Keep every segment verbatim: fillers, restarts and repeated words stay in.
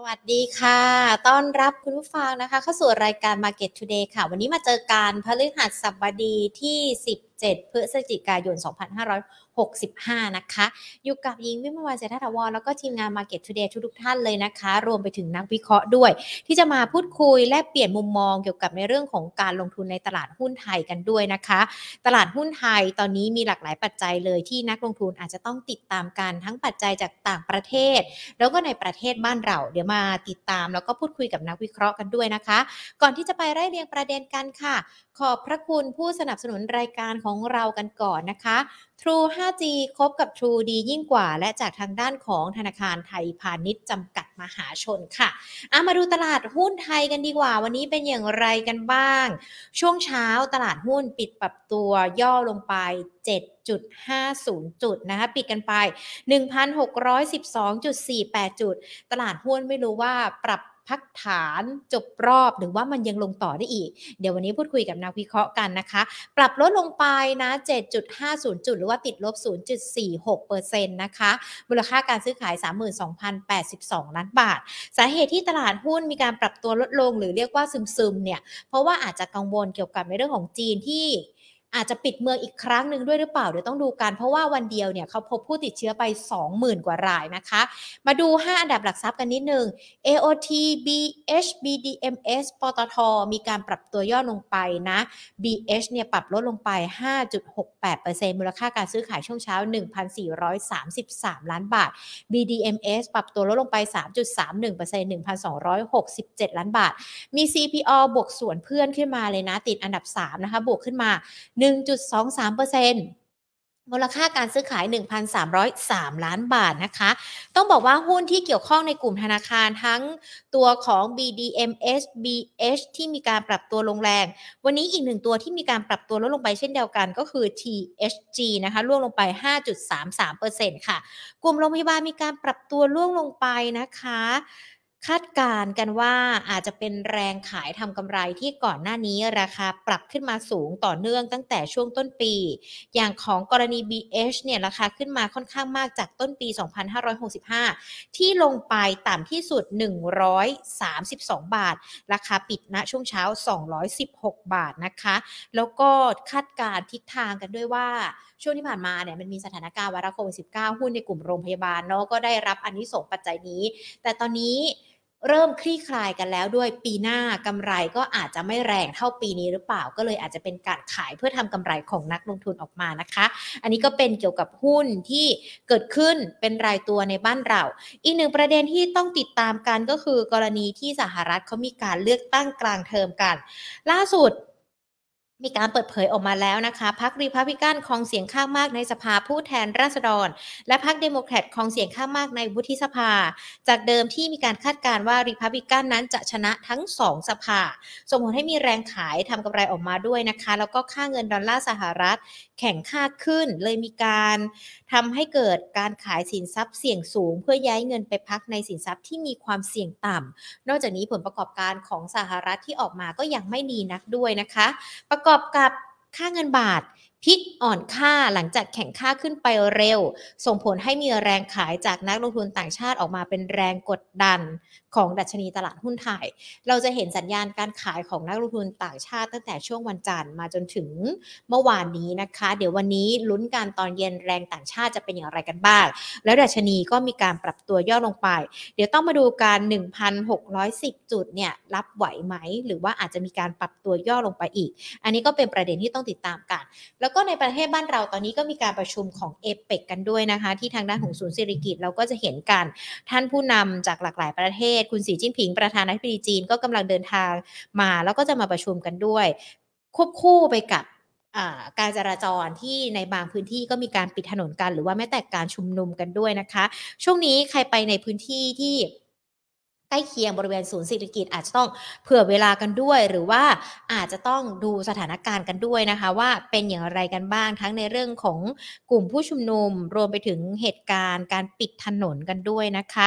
วัสดีค่ะต้อนรับคุณผู้ฟังนะคะเข้าสู่รายการ Market Today ค่ะวันนี้มาเจอกันพฤหัสบดีที่สิบเจ็ดพฤศจิกายนสองพันห้าร้อยหกสิบห้านะคะอยู่กับหญิงวิมลวรรณเศรษฐถาวรแล้วก็ทีมงาน Market Today ทุกๆท่านเลยนะคะรวมไปถึงนักวิเคราะห์ด้วยที่จะมาพูดคุยแลกเปลี่ยนมุมมองเกี่ยวกับในเรื่องของการลงทุนในตลาดหุ้นไทยกันด้วยนะคะตลาดหุ้นไทยตอนนี้มีหลากหลายปัจจัยเลยที่นักลงทุนอาจจะต้องติดตามกันทั้งปัจจัยจากต่างประเทศแล้วก็ในประเทศบ้านเราเดี๋ยวมาติดตามแล้วก็พูดคุยกับนักวิเคราะห์กันด้วยนะคะก่อนที่จะไปไล่เรียงประเด็นกันค่ะขอบพระคุณผู้สนับสนุนรายการของเรากันก่อนนะคะ True ไฟว์ จี คบกับ True ดียิ่งกว่าและจากทางด้านของธนาคารไทยพาณิชย์จำกัดมหาชนค่ะเอามาดูตลาดหุ้นไทยกันดีกว่าวันนี้เป็นอย่างไรกันบ้างช่วงเช้าตลาดหุ้นปิดปรับตัวย่อลงไป เจ็ดจุดห้าศูนย์ จุดนะคะปิดกันไป หนึ่งพันหกร้อยสิบสองจุดสี่แปด จุดตลาดหุ้นไม่รู้ว่าปรับพักฐานจบรอบหรือว่ามันยังลงต่อได้อีกเดี๋ยววันนี้พูดคุยกับนักวิเคราะห์กันนะคะปรับลดลงไปนะ เจ็ดจุดห้าศูนย์ จุดหรือว่าติดลบ ศูนย์จุดสี่หกเปอร์เซ็นต์ นะคะมูลค่าการซื้อขาย สามหมื่นสองพันแปดสิบสอง ล้านบาทสาเหตุที่ตลาดหุ้นมีการปรับตัวลดลงหรือเรียกว่าซึมๆเนี่ยเพราะว่าอาจจะกังวลเกี่ยวกับในเรื่องของจีนที่อาจจะปิดเมืองอีกครั้งหนึ่งด้วยหรือเปล่าเดี๋ยวต้องดูกันเพราะว่าวันเดียวเนี่ยเขาพบผู้ติดเชื้อไป สองหมื่น กว่ารายนะคะมาดูห้าอันดับหลักทรัพย์กันนิดนึง เอ โอ ที บี เอช บี ดี เอ็ม เอส ปตทมีการปรับตัวย่อลงไปนะ บี เอช เนี่ยปรับลดลงไป ห้าจุดหกแปดเปอร์เซ็นต์ มูลค่าการซื้อขายช่วงเช้า หนึ่งพันสี่ร้อยสามสิบสาม ล้านบาท บี ดี เอ็ม เอส ปรับตัวลดลงไป สามจุดสามหนึ่งเปอร์เซ็นต์ หนึ่งพันสองร้อยหกสิบเจ็ด ล้านบาทมี ซี พี โอ บวกส่วนเพื่อนขึ้นมาเลยนะติดอันดับสามนะคะบวกขึ้นมา หนึ่งจุดสองสามเปอร์เซ็นต์ มูลค่าการซื้อขาย หนึ่งพันสามร้อยสาม ล้านบาทนะคะต้องบอกว่าหุ้นที่เกี่ยวข้องในกลุ่มธนาคารทั้งตัวของ บี ดี เอ็ม เอส บี เอช ที่มีการปรับตัวลงแรงวันนี้อีกหนึ่งตัวที่มีการปรับตัวลดลงไปเช่นเดียวกันก็คือ ที เอช จี นะคะร่วงลงไป ห้าจุดสามสามเปอร์เซ็นต์ ค่ะกลุ่มโรงพยาบาลมีการปรับตัวร่วงลงไปนะคะคาดการณ์กันว่าอาจจะเป็นแรงขายทำกำไรที่ก่อนหน้านี้ราคาปรับขึ้นมาสูงต่อเนื่องตั้งแต่ช่วงต้นปีอย่างของกรณี บี เอช เนี่ยราคาขึ้นมาค่อนข้างมากจากต้นปี สองพันห้าร้อยหกสิบห้า ที่ลงไปต่ำที่สุดหนึ่งร้อยสามสิบสองบาทราคาปิดณช่วงเช้าสองร้อยสิบหกบาทนะคะแล้วก็คาดการณ์ทิศทางกันด้วยว่าช่วงที่ผ่านมาเนี่ยมันมีสถานการณ์ไวรัสโควิด สิบเก้า หุ้นในกลุ่มโรงพยาบาลเนาะก็ได้รับอานิสงส์ปัจจัยนี้แต่ตอนนี้เริ่มคลี่คลายกันแล้วด้วยปีหน้ากำไรก็อาจจะไม่แรงเท่าปีนี้หรือเปล่าก็เลยอาจจะเป็นการขายเพื่อทำกำไรของนักลงทุนออกมานะคะอันนี้ก็เป็นเกี่ยวกับหุ้นที่เกิดขึ้นเป็นรายตัวในบ้านเราอีกหนึ่งประเด็นที่ต้องติดตามกันก็คือกรณีที่สหรัฐเขามีการเลือกตั้งกลางเทอมกันล่าสุดมีการเปิดเผยออกมาแล้วนะคะพรรครีพับลิกันครองเสียงข้างมากในสภาผู้แทนราษฎรและพรรคเดโมแครตครองเสียงข้างมากในวุฒิสภาจากเดิมที่มีการคาดการณ์ว่ารีพับลิกันนั้นจะชนะทั้งสองสภาส่งผลให้มีแรงขายทำกำไรออกมาด้วยนะคะแล้วก็ค่าเงินดอลลาร์สหรัฐแข็งค่าขึ้นเลยมีการทำให้เกิดการขายสินทรัพย์เสี่ยงสูงเพื่อย้ายเงินไปพักในสินทรัพย์ที่มีความเสี่ยงต่ำนอกจากนี้ผลประกอบการของสหรัฐที่ออกมาก็ยังไม่ดีนักด้วยนะคะประกอบกับค่าเงินบาทพลิกอ่อนค่าหลังจากแข่งค่าขึ้นไปเร็วส่งผลให้มีแรงขายจากนักลงทุนต่างชาติออกมาเป็นแรงกดดันของดัชนีตลาดหุ้นไทยเราจะเห็นสัญญาณการขายของนักลงทุนต่างชาติตั้งแต่ช่วงวันจันทร์มาจนถึงเมื่อวานนี้นะคะเดี๋ยววันนี้ลุ้นกันตอนเย็นแรงต่างชาติจะเป็นอย่างไรกันบ้างแล้วดัชนีก็มีการปรับตัวย่อลงไปเดี๋ยวต้องมาดูการ หนึ่งพันหกร้อยสิบ จุดเนี่ยรับไหวไหมหรือว่าอาจจะมีการปรับตัวย่อลงไปอีกอันนี้ก็เป็นประเด็นที่ต้องติดตามกันแล้วก็ในประเทศบ้านเราตอนนี้ก็มีการประชุมของ เอ เปค กันด้วยนะคะที่ทางด้านของศูนย์เศรษฐกิจเราก็จะเห็นกันท่านผู้นำจากหลากหลายประเทศคุณสีจิ้นผิงประธานาธิบดีจีนก็กำลังเดินทางมาแล้วก็จะมาประชุมกันด้วยควบคู่ไปกับการจราจรที่ในบางพื้นที่ก็มีการปิดถนนกันหรือว่าแม้แต่การชุมนุมกันด้วยนะคะช่วงนี้ใครไปในพื้นที่ที่ใกล้เคียงบริเวณศูนย์เศรษฐกิจอาจจะต้องเผื่อเวลากันด้วยหรือว่าอาจจะต้องดูสถานการณ์กันด้วยนะคะว่าเป็นอย่างไรกันบ้างทั้งในเรื่องของกลุ่มผู้ชุมนุมรวมไปถึงเหตุการณ์การปิดถนนกันด้วยนะคะ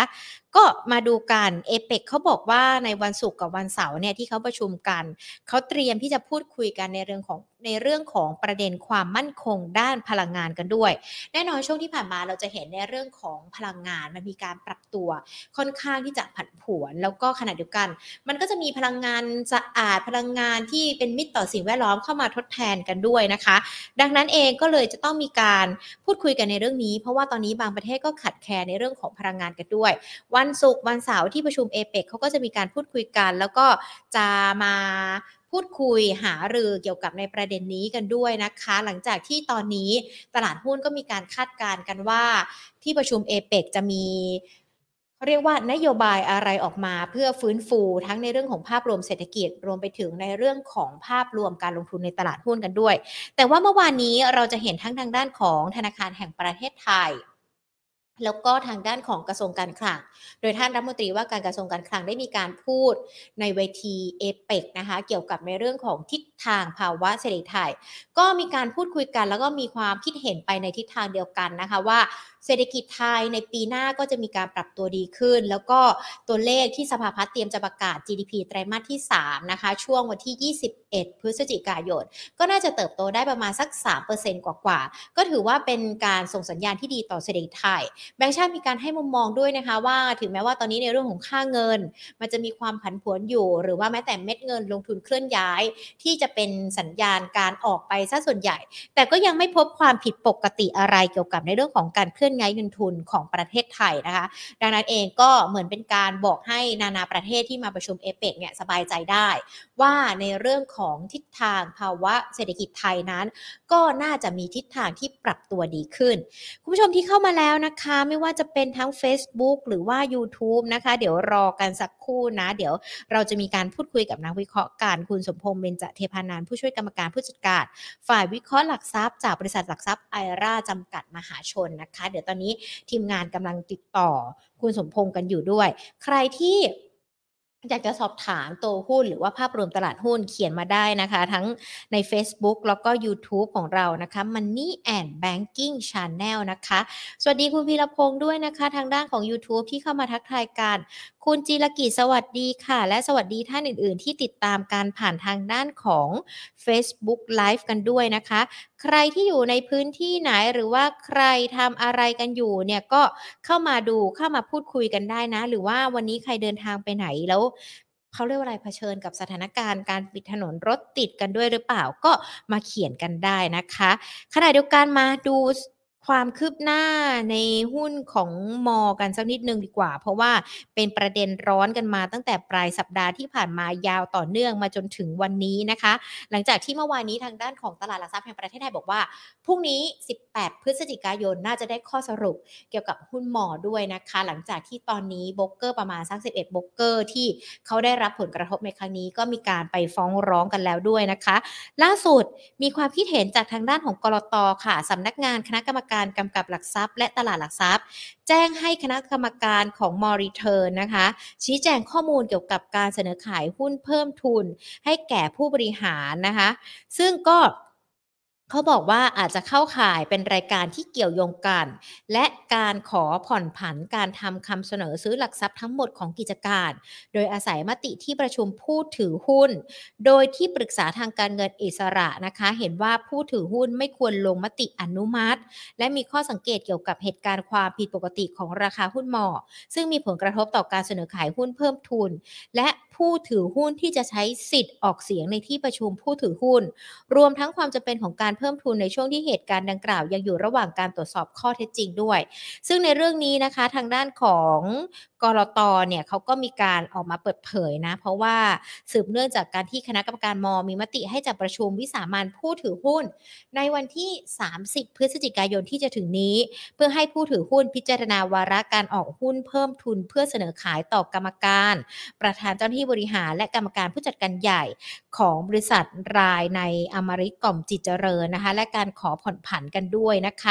ก็มาดูกัน เอ พี อี ซี เขาบอกว่าในวันศุกร์กับวันเสาร์เนี่ยที่เขาประชุมกันเขาเตรียมที่จะพูดคุยกันในเรื่องของในเรื่องของประเด็นความมั่นคงด้านพลังงานกันด้วยแน่นอนช่วงที่ผ่านมาเราจะเห็นในเรื่องของพลังงานมันมีการปรับตัวค่อนข้างที่จะผันผวนแล้วก็ขณะเดียวกันมันก็จะมีพลังงานสะอาดพลังงานที่เป็นมิตรต่อสิ่งแวดล้อมเข้ามาทดแทนกันด้วยนะคะดังนั้นเองก็เลยจะต้องมีการพูดคุยกันในเรื่องนี้เพราะว่าตอนนี้บางประเทศก็ขัดแคลนในเรื่องของพลังงานกันด้วยวันศุกร์วันเสาร์ที่ประชุม เอ พี อี ซี เขาก็จะมีการพูดคุยกันแล้วก็จะมาพูดคุยหารือเกี่ยวกับในประเด็นนี้กันด้วยนะคะหลังจากที่ตอนนี้ตลาดหุ้นก็มีการคาดการณ์กันว่าที่ประชุม เอ พี อี ซี จะมีเขาเรียกว่านโยบายอะไรออกมาเพื่อฟื้นฟูทั้งในเรื่องของภาพรวมเศรษฐกิจรวมไปถึงในเรื่องของภาพรวมการลงทุนในตลาดหุ้นกันด้วยแต่ว่าเมื่อวานนี้เราจะเห็นทั้งทางด้านของธนาคารแห่งประเทศไทยแล้วก็ทางด้านของกระทรวงการคลังโดยท่านรัฐมนตรีว่าการกระทรวงการคลังได้มีการพูดในเวที เอ พี อี ซี นะคะเกี่ยวกับในเรื่องของทิศทางภาวะเศรษฐกิจไทยก็มีการพูดคุยกันแล้วก็มีความคิดเห็นไปในทิศทางเดียวกันนะคะว่าเศรษฐกิจไทยในปีหน้าก็จะมีการปรับตัวดีขึ้นแล้วก็ตัวเลขที่สภาพัฒน์เตรียมจะประกาศ จี ดี พี ไตรมาสที่สามนะคะช่วงวันที่ยี่สิบเอ็ดพฤศจิกายนก็น่าจะเติบโตได้ประมาณสัก สามเปอร์เซ็นต์ กว่าๆก็ถือว่าเป็นการส่งสัญญาณที่ดีต่อเศรษฐกิจไทยแบงก์ชาติมีการให้มุมมองด้วยนะคะว่าถึงแม้ว่าตอนนี้ในเรื่องของค่าเงินมันจะมีความผันผวนอยู่หรือว่าแม้แต่เม็ดเงินลงทุนเคลื่อนย้ายที่จะเป็นสัญญาณการออกไปซะส่วนใหญ่แต่ก็ยังไม่พบความผิดปกติอะไรเกี่ยวกับในเรื่องของการเคลื่อนย้ายเงินทุนของประเทศไทยนะคะดังนั้นเองก็เหมือนเป็นการบอกให้นานาประเทศที่มาประชุม เอ พี อี ซี เนี่ยสบายใจได้ว่าในเรื่องของทิศทางภาวะเศรษฐกิจไทยนั้นก็น่าจะมีทิศทางที่ปรับตัวดีขึ้นคุณผู้ชมที่เข้ามาแล้วนะคะไม่ว่าจะเป็นทั้ง Facebook หรือว่า YouTube นะคะเดี๋ยวรอกันสักครู่นะเดี๋ยวเราจะมีการพูดคุยกับนักวิเคราะห์การคุณสมพงษ์เบญจเทพานันท์ผู้ช่วยกรรมการผู้จัดการฝ่ายวิเคราะห์หลักทรัพย์จากบริษัทหลักทรัพย์ไอราจำกัดมหาชนนะคะเดี๋ยวตอนนี้ทีมงานกำลังติดต่อคุณสมพงษ์กันอยู่ด้วยใครที่อยากจะสอบถามตัวหุ้นหรือว่าภาพรวมตลาดหุ้นเขียนมาได้นะคะทั้งใน Facebook แล้วก็ YouTube ของเรานะคะ Money and Banking Channel นะคะสวัสดีคุณพีรพงษ์ด้วยนะคะทางด้านของ YouTube ที่เข้ามาทักทายกันคุณจิรกิจสวัสดีค่ะและสวัสดีท่านอื่นๆที่ติดตามการผ่านทางด้านของ Facebook Live กันด้วยนะคะใครที่อยู่ในพื้นที่ไหนหรือว่าใครทำอะไรกันอยู่เนี่ยก็เข้ามาดูเข้ามาพูดคุยกันได้นะหรือว่าวันนี้ใครเดินทางไปไหนแล้วเขาเรียกว่าอะไรเผชิญกับสถานการณ์การปิดถนนรถติดกันด้วยหรือเปล่าก็มาเขียนกันได้นะคะขณะเดียวกันมาดูความคืบหน้าในหุ้นของมอกันสักนิดนึงดีกว่าเพราะว่าเป็นประเด็นร้อนกันมาตั้งแต่ปลายสัปดาห์ที่ผ่านมายาวต่อเนื่องมาจนถึงวันนี้นะคะหลังจากที่เมื่อวานนี้ทางด้านของตลาดหลักทรัพย์แห่งประเทศไทยบอกว่าพรุ่งนี้สิบแปดพฤศจิกายนน่าจะได้ข้อสรุปเกี่ยวกับหุ้นมอด้วยนะคะหลังจากที่ตอนนี้โบรกเกอร์ประมาณสักสิบเอ็ดโบรกเกอร์ที่เขาได้รับผลกระทบในครั้งนี้ก็มีการไปฟ้องร้องกันแล้วด้วยนะคะล่าสุดมีความคิดเห็นจากทางด้านของกลต.ค่ะสำนักงานคณะกรรมการกำกับหลักทรัพย์และตลาดหลักทรัพย์แจ้งให้คณะกรรมการของมอริเทิร์นนะคะชี้แจงข้อมูลเกี่ยวกับการเสนอขายหุ้นเพิ่มทุนให้แก่ผู้บริหารนะคะซึ่งก็เขาบอกว่าอาจจะเข้าข่ายเป็นรายการที่เกี่ยวโยงกันและการขอผ่อนผันการทำคำเสนอซื้อหลักทรัพย์ทั้งหมดของกิจการโดยอาศัยมติที่ประชุมผู้ถือหุ้นโดยที่ปรึกษาทางการเงินอิสระนะคะเห็นว่าผู้ถือหุ้นไม่ควรลงมติอนุมัติและมีข้อสังเกตเกี่ยวกับเหตุการณ์ความผิดปกติของราคาหุ้นมอซึ่งมีผลกระทบต่อการเสนอขายหุ้นเพิ่มทุนและผู้ถือหุ้นที่จะใช้สิทธิ์ออกเสียงในที่ประชุมผู้ถือหุ้นรวมทั้งความจำเป็นของการเพิ่มทุนในช่วงที่เหตุการณ์ดังกล่าวยังอยู่ระหว่างการตรวจสอบข้อเท็จจริงด้วยซึ่งในเรื่องนี้นะคะทางด้านของกลต.เนี่ยเขาก็มีการออกมาเปิดเผยนะเพราะว่าสืบเนื่องจากการที่คณะกรรมการมมีมติให้จัดประชุมวิสามัญผู้ถือหุ้นในวันที่สามสิบพฤศจิกายนที่จะถึงนี้เพื่อให้ผู้ถือหุ้นพิจารณาวาระการออกหุ้นเพิ่มทุนเพื่อเสนอขายต่อกรรมการประธานเจ้าหน้าที่บริหารและกรรมการผู้จัดการใหญ่ของบริษัทรายในอมริกล่อมจิตเจริญนะคะและการขอผ่อนผันกันด้วยนะคะ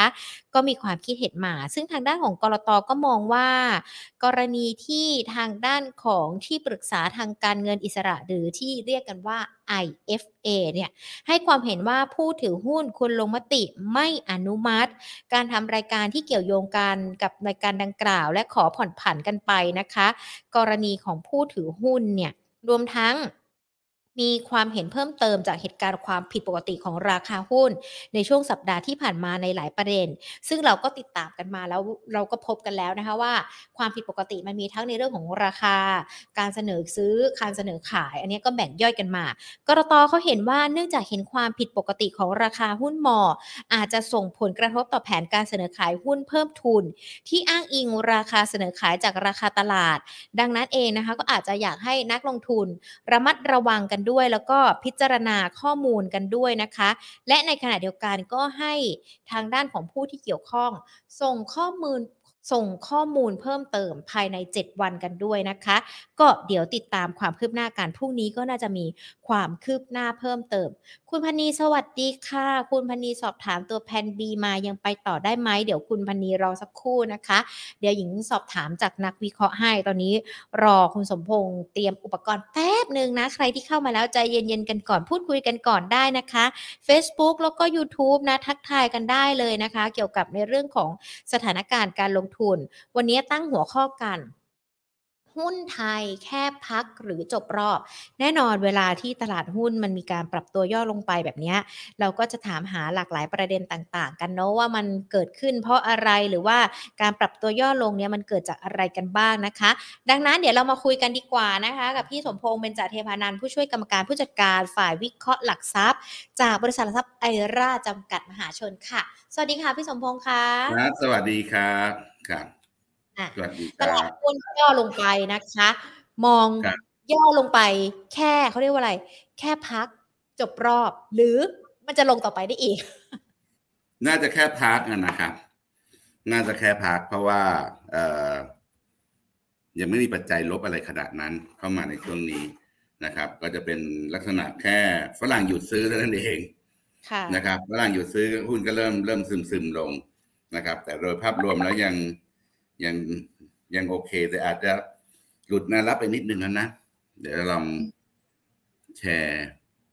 ก็มีความคิดเห็นมาซึ่งทางด้านของกลต.ก็มองว่ากรณีที่ทางด้านของที่ปรึกษาทางการเงินอิสระหรือที่เรียกกันว่า ไอ เอฟ เอ เนี่ยให้ความเห็นว่าผู้ถือหุ้นควรลงมติไม่อนุมัติการทำรายการที่เกี่ยวโยงกันกับรายการดังกล่าวและขอผ่อนผันกันไปนะคะกรณีของผู้ถือหุ้นเนี่ยรวมทั้งมีความเห็นเพิ่มเติมจากเหตุการณ์ความผิดปกติของราคาหุ้นในช่วงสัปดาห์ที่ผ่านมาในหลายประเด็นซึ่งเราก็ติดตามกันมาแล้วเราก็พบกันแล้วนะคะว่าความผิดปกติมันมีทั้งในเรื่องของราคาการเสนอซื้อการเสนอขายอันนี้ก็แบ่งย่อยกันมากรต.เขาเห็นว่าเนื่องจากเห็นความผิดปกติของราคาหุ้นมออาจจะส่งผลกระทบต่อแผนการเสนอขายหุ้นเพิ่มทุนที่อ้างอิงราคาเสนอขายจากราคาตลาดดังนั้นเองนะคะก็อาจจะอยากให้นักลงทุนระมัดระวังกันด้วยแล้วก็พิจารณาข้อมูลกันด้วยนะคะและในขณะเดียวกันก็ให้ทางด้านของผู้ที่เกี่ยวข้องส่งข้อมูลส่งข้อมูลเพิ่มเติมภายในเจ็ดวันกันด้วยนะคะก็เดี๋ยวติดตามความคืบหน้ากันพรุ่งนี้ก็น่าจะมีความคืบหน้าเพิ่มเติมคุณพนีสวัสดีค่ะคุณพนีสอบถามตัวแพน B มายังไปต่อได้ไหมเดี๋ยวคุณพนีรอสักครู่นะคะเดี๋ยวหญิงสอบถามจากนักวิเคราะห์ให้ตอนนี้รอคุณสมพงษ์เตรียมอุปกรณ์แป๊บนึงนะใครที่เข้ามาแล้วใจเย็นๆกันก่อนพูดคุยกันก่อนได้นะคะ Facebook แล้วก็ยูทูบนะทักทายกันได้เลยนะคะเกี่ยวกับในเรื่องของสถานการณ์การลงทุนวันนี้ตั้งหัวข้อกันหุ้นไทยแค่พักหรือจบรอบแน่นอนเวลาที่ตลาดหุ้นมันมีการปรับตัวย่อลงไปแบบนี้เราก็จะถามหาหลากหลายประเด็นต่างๆกันเนาะว่ามันเกิดขึ้นเพราะอะไรหรือว่าการปรับตัวย่อลงเนี่ยมันเกิดจากอะไรกันบ้างนะคะดังนั้นเดี๋ยวเรามาคุยกันดีกว่านะคะกับพี่สมพงษ์เบญจเทพานันท์ผู้ช่วยกรรมการผู้จัดการฝ่ายวิเคราะห์หลักทรัพย์จากบริษัทหลักทรัพย์ไอราจำกัดมหาชนค่ะสวัสดีค่ะพี่สมพงษ์ค่ะครับสวัสดีครับครับสวัสดีคตรัลาดบหุ้นย่อลงไปนะคะมองครับย่อลงไปแค่เขาเรียกว่าอะไรแค่พักจบรอบหรือมันจะลงต่อไปได้อีกน่าจะแค่พักนะครับ น่าจะแค่พักเพราะว่าเอ่อยังไม่มีปัจจัยลบอะไรขนาดนั้นเข้ามาในช่วงนี้นะครับ ก็จะเป็นลักษณะแค่ฝรั่งหยุดซื้อเท่านั้นเองนะครับฝรั่งหยุดซื้อหุ้นก็เริ่มเริ่มซึมซึมลงนะครับ แต่โดยภาพรวมแล้วยังยังยังโอเค แต่อาจจะหลุดแนวรับไปนิดนึงนะเดี๋ยวลองแชร์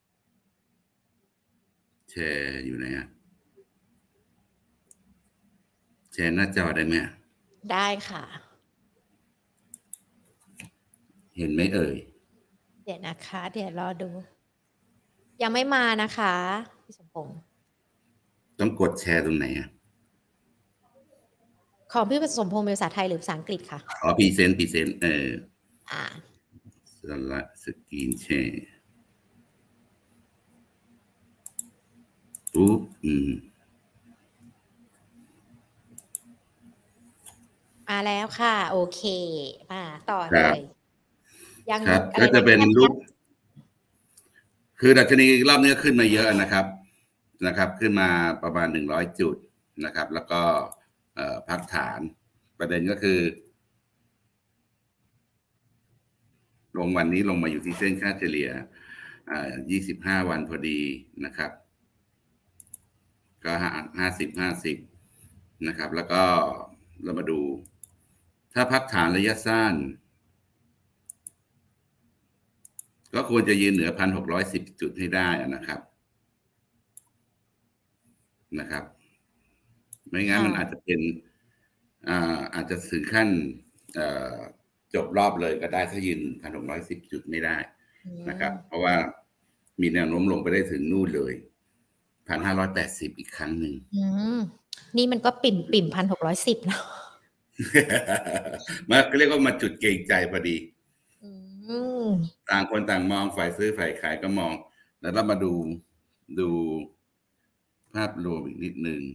แชร์อยู่ไหนอ่ะแชร์หน้าจอได้ไหมได้ค่ะเห็นไหมเอ่ยเดี๋ยวนะคะเดี๋ยวรอดู ยังไม่มานะคะพี่สมพงษ์ต้องกดแชร์ตรงไหนอ่ะของพี่สมพงษ์เป็นภาษาไทยหรือภาษาอังกฤษคะอ๋อพรีเซนต์พรีเซนต์เอออ่าสละสกรีนแชร์ปุ๊บอืมมาแล้วค่ะโอเคมาต่อเลยยังก็จะเป็นรูปคือดัชนีรอบนี้ขึ้นมาเยอะนะครับนะครับขึ้นมาประมาณหนึ่งร้อยจุดนะครับแล้วก็พักฐานประเด็นก็คือลงวันนี้ลงมาอยู่ที่เส้นค่าเฉลี่ยยี่สิบห้าวันพอดีนะครับก็ห้าสิบ ห้าสิบนะครับแล้วก็เรามาดูถ้าพักฐานระยะสั้นก็ควรจะยืนเหนือ หนึ่งพันหกร้อยสิบ จุดให้ได้นะครับนะครับไม่งั้นมันอาจจะเป็นอ่าอาจจะถึงขั้นจบรอบเลยก็ได้ถ้ายืน หนึ่งพันหกร้อยสิบ จุดไม่ได้นะครับเพราะว่ามีแนวโน้มลงไปได้ถึงนู่นเลย หนึ่งพันห้าร้อยแปดสิบ อีกครั้งหนึ่งนี่มันก็ปิ่มปิ่มพันหกร้อยสิบแล้วมาเรียกว่ามาจุดเกรงใจพอดีต่างคนต่างมองฝ่ายซื้อฝ่ายขายก็มองแล้วเรามาดูดูภาพรวมอีกนิดนึง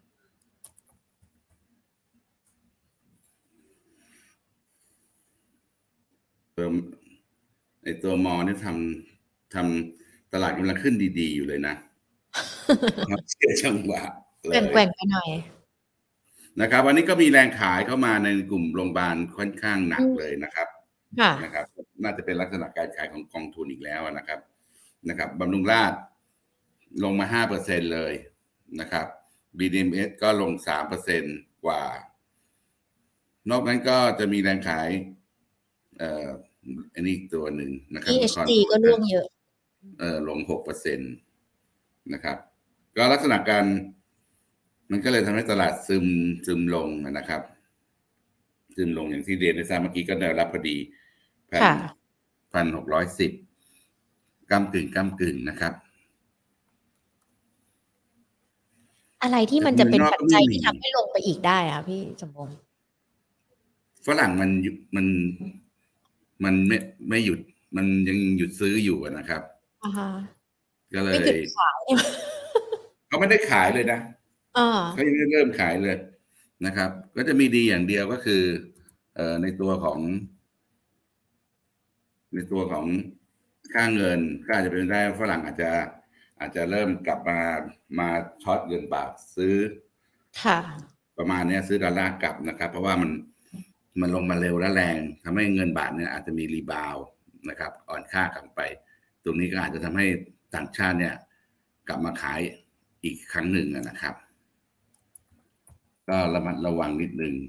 ตัวไอตัวมอนี่ทำทำตลาดกำลังขึ้นดีๆอยู่เลยนะเสียจังหวะแกว่งๆไปหน่อยนะครับวันนี้ก็มีแรงขายเข้ามาในกลุ่มโรงพยาบาลค่อนข้างหนักเลยนะครับนะครับน่าจะเป็นลักษณะการขายของกองทุนอีกแล้วนะครับนะครับบำรุงราษฎร์ลงมา ห้าเปอร์เซ็นต์ เลยนะครับบี ดี เอ็ม เอส ก็ลง สามเปอร์เซ็นต์ กว่านอกนั้นก็จะมีแรงขายเอ่ออันนี้ตัวหนึ่งนะครับอี เอช จี ก็ร่วงเยอะเออลง หกเปอร์เซ็นต์ นะครับก็ลักษณะการมันก็เลยทำให้ตลาดซึมซึมลงนะครับซึมลงอย่างที่เรียนในซาเมื่อกี้ก็แนวรับพอดีพันพันหกร้อยสิบก้ำกึ่งก้ำกึ่งนะครับอะไรที่มันจะเป็นปัจจัยที่ทำให้ลงไปอีกได้อะพี่สมพงษ์ฝรั่งมันมันมันไม่ไม่หยุดมันยังหยุดซื้ออยู่นะครับก็เลยเขาไม่ได้ขายเลยนะเขายังไม่เริ่มขายเลยนะครับก็จะมีดีอย่างเดียวก็คือเอ่อในตัวของในตัวของค่าเงินก็อาจจะเป็นได้ฝรั่งอาจจะอาจจะเริ่มกลับมามาช็อตเงินบาทซื้อค่ะประมาณนี้ซื้อดอลลาร์กลับนะครับเพราะว่ามันมันลงมาเร็วและแรงทำให้เงินบาทเนี่ยอาจจะมีรีบาวนะครับอ่อนค่ากลับไปตรงนี้ก็อาจจะทำให้ต่างชาติเนี่ยกลับมาขายอีกครั้งหนึ่งนะครับก็ระมัดระวังนิดนึง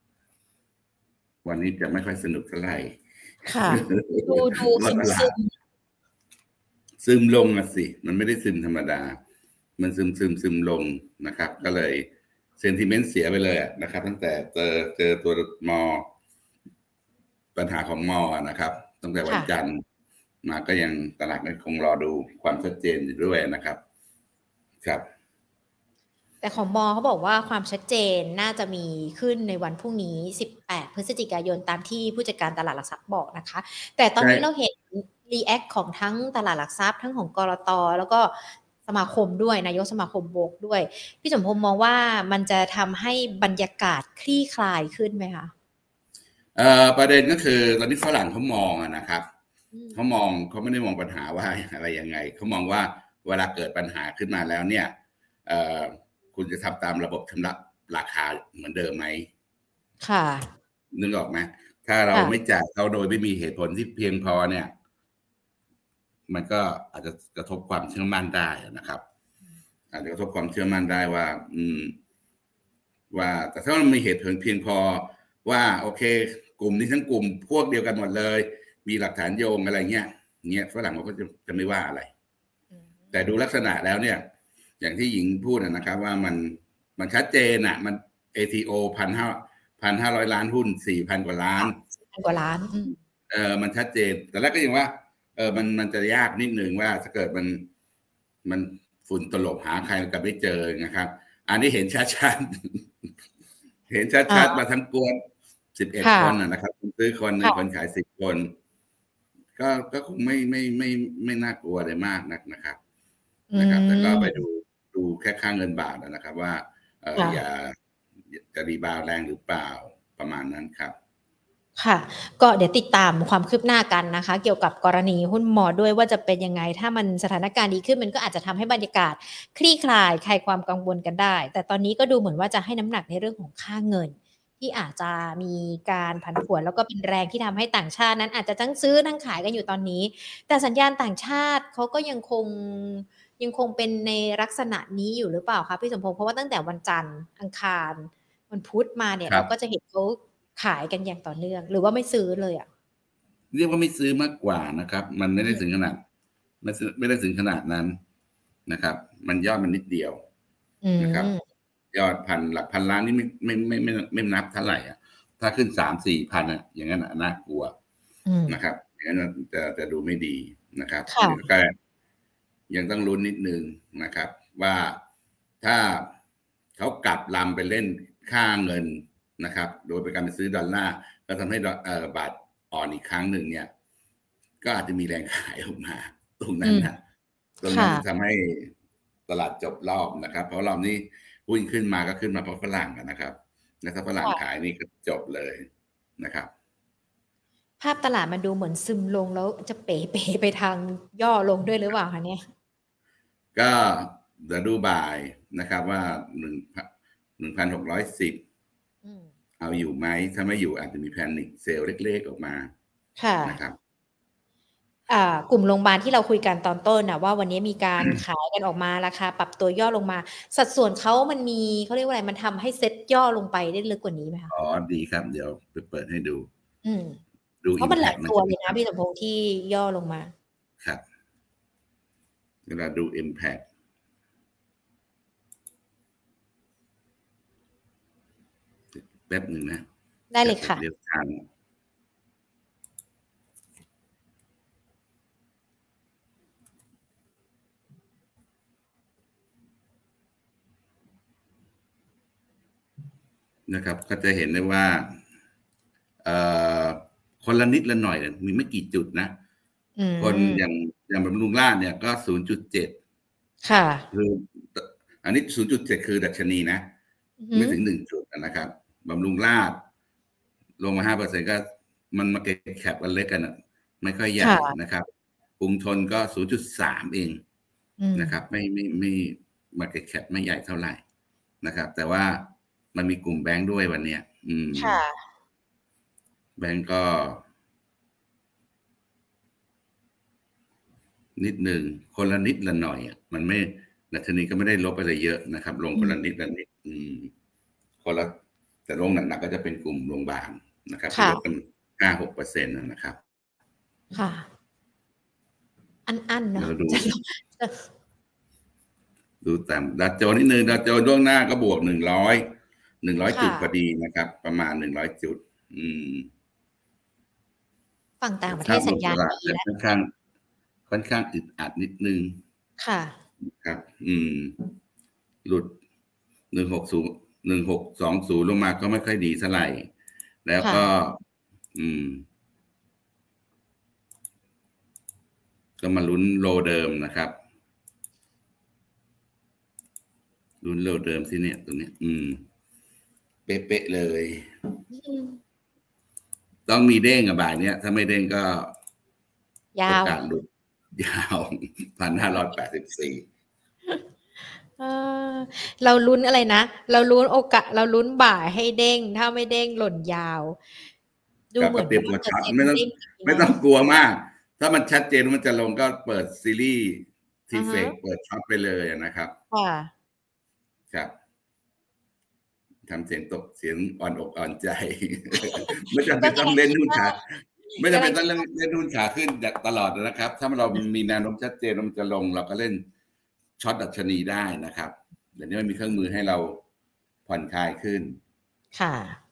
วันนี้จะไม่ค่อยสนุกเท่าไหร่ค่ะดูดูซึมซึมซึมลงอ่ะสิมันไม่ได้ซึมธรรมดามันซึมซึมซึมลงนะครับก็เลยเซนติเมนต์เสียไปเลยนะครับตั้งแต่เจอเจอตัวมอปัญหาของมอนะครับตั้งแต่วันจันทร์มาก็ยังตลาดก็คงรอดูความชัดเจนอยู่ด้วยนะครับครับแต่ของมอเขาบอกว่าความชัดเจนน่าจะมีขึ้นในวันพรุ่งนี้สิบแปดพฤศจิกายนตามที่ผู้จัดการตลาดหลักทรัพย์บอกนะคะแต่ตอนนี้เราเห็นรีแอคของทั้งตลาดหลักทรัพย์ทั้งของกลต.แล้วก็สมาคมด้วยนายกสมาคมโบกด้วยพี่สมพงษ์มองว่ามันจะทำให้บรรยากาศคลี่คลายขึ้นไหมคะเอ่อประเด็นก็คือตอนนี้ฝรั่งเขามองนะครับเขามองเขาไม่ได้มองปัญหาว่าอะไรยังไงเขามองว่าเวลาเกิดปัญหาขึ้นมาแล้วเนี่ยเอ่อคุณจะทำตามระบบชำระราคาเหมือนเดิมไหมค่ะนึกออกไหมถ้าเราไม่จ่ายเขาโดยไม่มีเหตุผลที่เพียงพอเนี่ยมันก็อาจจะกระทบความเชื่อมั่นได้นะครับอาจจะกระทบความเชื่อมั่นได้ว่าอืมว่าแต่ถ้ามันมีเหตุผลเพียงพอว่าโอเคกลุ่มนี้ทั้งกลุ่มพวกเดียวกันหมดเลยมีหลักฐานโยงอะไรเงี้ยเงี้ยฝรั่งเขาก็จะจะไม่ว่าอะไรแต่ดูลักษณะแล้วเนี่ยอย่างที่หญิงพูดนะครับว่ามันมันชัดเจนอ่ะมัน เอ ที โอ พันห้าพันห้าร้อยล้านหุ้นสี่พันกว่าล้านพันกว่าล้านเออมันชัดเจนแต่แรกก็ยังว่าเออมันมันจะยากนิดนึงว่าถ้าเกิดมันมันฝุ่นตลบหาใครกันไม่เจอนะครับอันนี้เห็นชัดๆเห็นชัดๆมาทั้งกวนสิบเอ็ดคนนะครับคนซื้อคนหนึ่งคนขายสิบคนก็ก็คงไม่ไม่ไม่ไม่น่ากลัวอะไรมากนักนะครับนะครับแต่ก็ไปดูดูแค่ค่าเงินบาทนะครับว่าเอออย่าจะรีบาวแรงหรือเปล่าประมาณนั้นครับค่ะก็เดี๋ยวติดตามความคืบหน้ากันนะคะเกี่ยวกับกรณีหุ้นมอด้วยว่าจะเป็นยังไงถ้ามันสถานการณ์ดีขึ้นมันก็อาจจะทำให้บรรยากาศคลี่คลายคลายความกังวลกันได้แต่ตอนนี้ก็ดูเหมือนว่าจะให้น้ำหนักในเรื่องของค่าเงินที่อาจจะมีการผันผวนแล้วก็เป็นแรงที่ทำให้ต่างชาตินั้นอาจจะทั้งซื้อทั้งขายกันอยู่ตอนนี้แต่สัญญาณต่างชาติเขาก็ยังคงยังคงเป็นในลักษณะนี้อยู่หรือเปล่าคะพี่สมพงษ์เพราะว่าตั้งแต่วันจันทร์อังคารวันพุธมาเนี่ยเราก็จะเห็นเขาขายกันอย่างต่อเนื่องหรือว่าไม่ซื้อเลยอ่ะเรียกว่าไม่ซื้อมากกว่านะครับมันไม่ได้ถึงขนาดไม่ไม่ได้ถึงขนาดนั้นนะครับมันยอดมันนิดเดียวนะครับยอดพันหลักพันล้านนี่ไม่ไม่ไม่ไม่ไม่นับเท่าไหร่อ่ะถ้าขึ้นสามสี่พันอ่ะอย่างนั้นน่ากลัวนะครับอย่างนั้นจะจะดูไม่ดีนะครับก็ยังต้องลุ้นนิดนึงนะครับว่าถ้าเขากลับลำไปเล่นค่าเงินนะครับโดยเป็นการไปซื้อดอลลาร์ก็ทำให้บาทอ่อนอีกครั้งหนึ่งเนี่ยก็อาจจะมีแรงขายออกมาตรงนั้นนะตรงนั้นทำให้ตลาดจบรอบนะครับเพราะรอบนี้หุ้นขึ้นมาก็ขึ้นมาเพราะฝรั่งนะครับและถ้าฝรั่งขายนี่ก็จบเลยนะครับภาพตลาดมันดูเหมือนซึมลงแล้วจะเป๋เป๋ไปทางย่อลงด้วยหรือเปล่าคะเนี่ยก็เดี๋ยวดูบ่ายนะครับว่าหนึ่งหนึ่งพันหกร้อยสิบเอาอยู่ไหมถ้าไม่อยู่อาจจะมีแพนิคเซลล์เล็กๆออกมาค่ะนะครับอ่ากลุ่มโรงพยาบาลที่เราคุยกันตอนต้นนะว่าวันนี้มีการขายกันออกมาราคาปรับตัวย่อลงมาสัดส่วนเขามันมีเขาเรียกว่าอะไรมันทำให้เซ็ตย่อลงไปได้ลึกกว่านี้ไหมคะอ๋อดีครับเดี๋ยวไปเปิดให้ดูอืมดูเพอิราะมันหลายมแพคมันตัวใช่ไหมครับเลยนะพี่สมพงษ์ที่ย่อลงมาครับเวลาดู Impact แป๊บหนึ่งนะได้เลยค่ะเรียบทางนะครับ ก็จะเห็นได้ว่าเอ่อคนละนิดละหน่อยมีไม่กี่จุดนะคนอย่างอย่างบำรุงราษฎร์เนี่ยก็ ศูนย์จุดเจ็ดค่ะคืออันนี้ ศูนย์จุดเจ็ด คือดัชนีนะไม่ถึงหนึ่งจุดนะครับบำรุงราษฎร์ลงมา ห้าเปอร์เซ็นต์ ก็มันมาเก็ตแคปกันเล็กกันไม่ค่อยใหญ่นะครับกรุงทนก็ ศูนย์จุดสาม เองนะครับไม่ไม่ไม่มาเก็ตแคปไม่ใหญ่เท่าไหร่นะครับแต่ว่ามันมีกลุ่มแบงค์ด้วยวันเนี้ยอืมแบงค์ก็นิดหนึ่งคนละนิดละหน่อยอ่ะมันไม่ดัชนีก็ไม่ได้ลบอะไรเยอะนะครับลงคนละนิดละนิดอืมคนละแต่ลงหนักๆก็จะเป็นกลุ่มโรงพยาบาลนะครับที่ลดกัน ห้าหกเปอร์เซ็นต์ นะครับค่ะอันๆเนาะดูตามดัชโจนิดนึงดัชโจล่วงหน้าก็บวกหนึ่งร้อยหนึ่งร้อยจุดพอดีนะครับประมาณหนึ่งร้อยจุดอืมฝั่งต่างประเทศสัญญาณดีแล้วค่อนข้างค่อนข้างอึดอัดนิดนึงค่ะครับ อืมหลุดหนึ่งหกศูนย์หนึ่งหกสองศูนย์ลงมาก็ไม่ค่อยดีเท่าไหร่แล้วก็อืมก็มาลุ้นโลเดิมนะครับลุ้นโลเดิมสิเนี่ยตรงนี้อืมเป๊ะๆเลยต้องมีเด้งกับบ่ายเนี้ยถ้าไม่เด้งก็ยาวโอกาสหลุดยาวพันห้าร้อยแปดสิบสี่เราลุ้นอะไรนะเราลุ้นโอกาสเราลุ้นบ่ายให้เด้งถ้าไม่เด้งหล่นยาวดูเหมือนเตรียมตัวช็อตไม่ต้องไม่ต้องกลัวมากถ้ามันชัดเจนว่ามันจะลงก็เปิดซีรีส์ทีเฟกเปิดช็อตไปเลยนะครับค่ะครับทำเสียงตกเสียงอ่อนอกอ่อนใจไม่จำเป็นต้องเล่นหุ้นขาไม่จำเป็นต้องเล่นหุ้นขาขึ้นตลอดนะครับถ้าเรามีแนวโน้มชัดเจนว่ามันจะลงเราก็เล่นช็อตดัชนีได้นะครับเดี๋ยวนี้มันมีเครื่องมือให้เราผ่อนคลายขึ้นค่ะ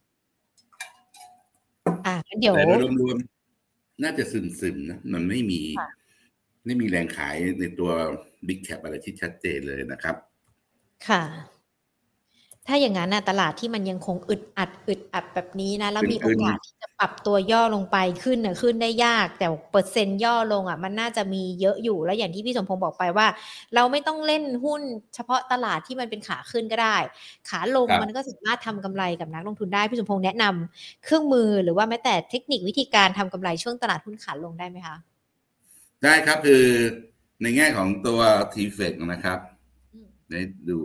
อ่ะเดี๋ยวแต่โดยรวมๆน่าจะซึมๆนะมันไม่มีไม่มีแรงขายในตัว Big Cap อะไรที่ชัดเจนเลยนะครับค่ะถ้าอย่างนั้นนะตลาดที่มันยังคงอึดอัดอึดอัดแบบนี้นะแล้วมีโอกาสที่จะปรับตัวย่อลงไปขึ้นน่ะขึ้นได้ยากแต่เปอร์เซ็นต์ย่อลงอ่ะมันน่าจะมีเยอะอยู่แล้วอย่างที่พี่สมพงษ์บอกไปว่าเราไม่ต้องเล่นหุ้นเฉพาะตลาดที่มันเป็นขาขึ้นก็ได้ขาลงมันก็สามารถทำกำไรกับนักลงทุนได้พี่สมพงษ์แนะนำเครื่องมือหรือว่าแม้แต่เทคนิควิธีการทำกำไรช่วงตลาดหุ้นขาลงได้ไหมคะได้ครับคือในแง่ของตัว ที เฟก นะครับได้ดู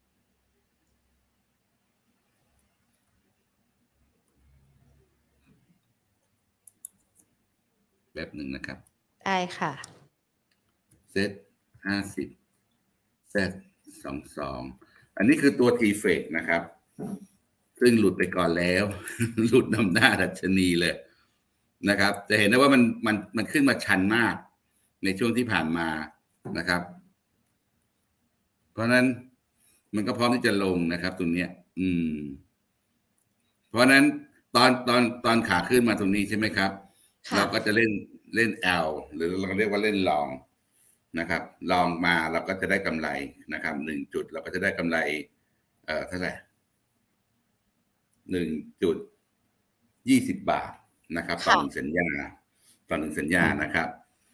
แบบหนึ่งนะครับได้ค่ะเซตห้าสิบเซตสองสองอันนี้คือตัว ที เฟก นะครับซึ่งหลุดไปก่อนแล้วหลุดนำหน้าดัชนีเลยนะครับจะเห็นได้ว่ามันมันมันขึ้นมาชันมากในช่วงที่ผ่านมานะครับเพราะนั้นมันก็พร้อมที่จะลงนะครับตรงเนี้ยอืมเพราะนั้นตอนตอนตอนขาขึ้นมาตรงนี้ใช่ไหมครับเราก็จะเล่นเล่น L หรือเราเรียกว่าเล่นลองนะครับลองมาเราก็จะได้กำไรนะครับหนึ่งจุดเราก็จะได้กำไรเอ่อเท่าไหร่หนึ่งจุดยี่สิบบาทนะครับต่อหนึ่งสัญญาต่อหนึ่งสัญญานะครับ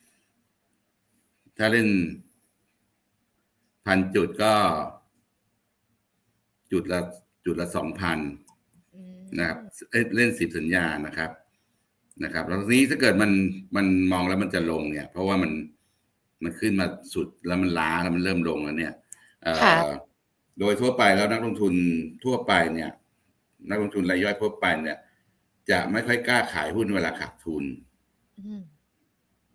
ถ้าเล่นพันจุดก็จุดละจุดละสองพันนะครับเล่นสิบสัญญานะครับนะครับแล้วทีนี้ถ้าเกิดมันมันมองแล้วมันจะลงเนี่ยเพราะว่ามันมันขึ้นมาสุดแล้วมันล้าแล้วมันเริ่มลงแล้วเนี่ยโดยทั่วไปแล้วนักลงทุนทั่วไปเนี่ยนักลงทุนรายย่อยทั่วไปเนี่ยจะไม่ค่อยกล้าขายหุ้นเวลาขาดทุน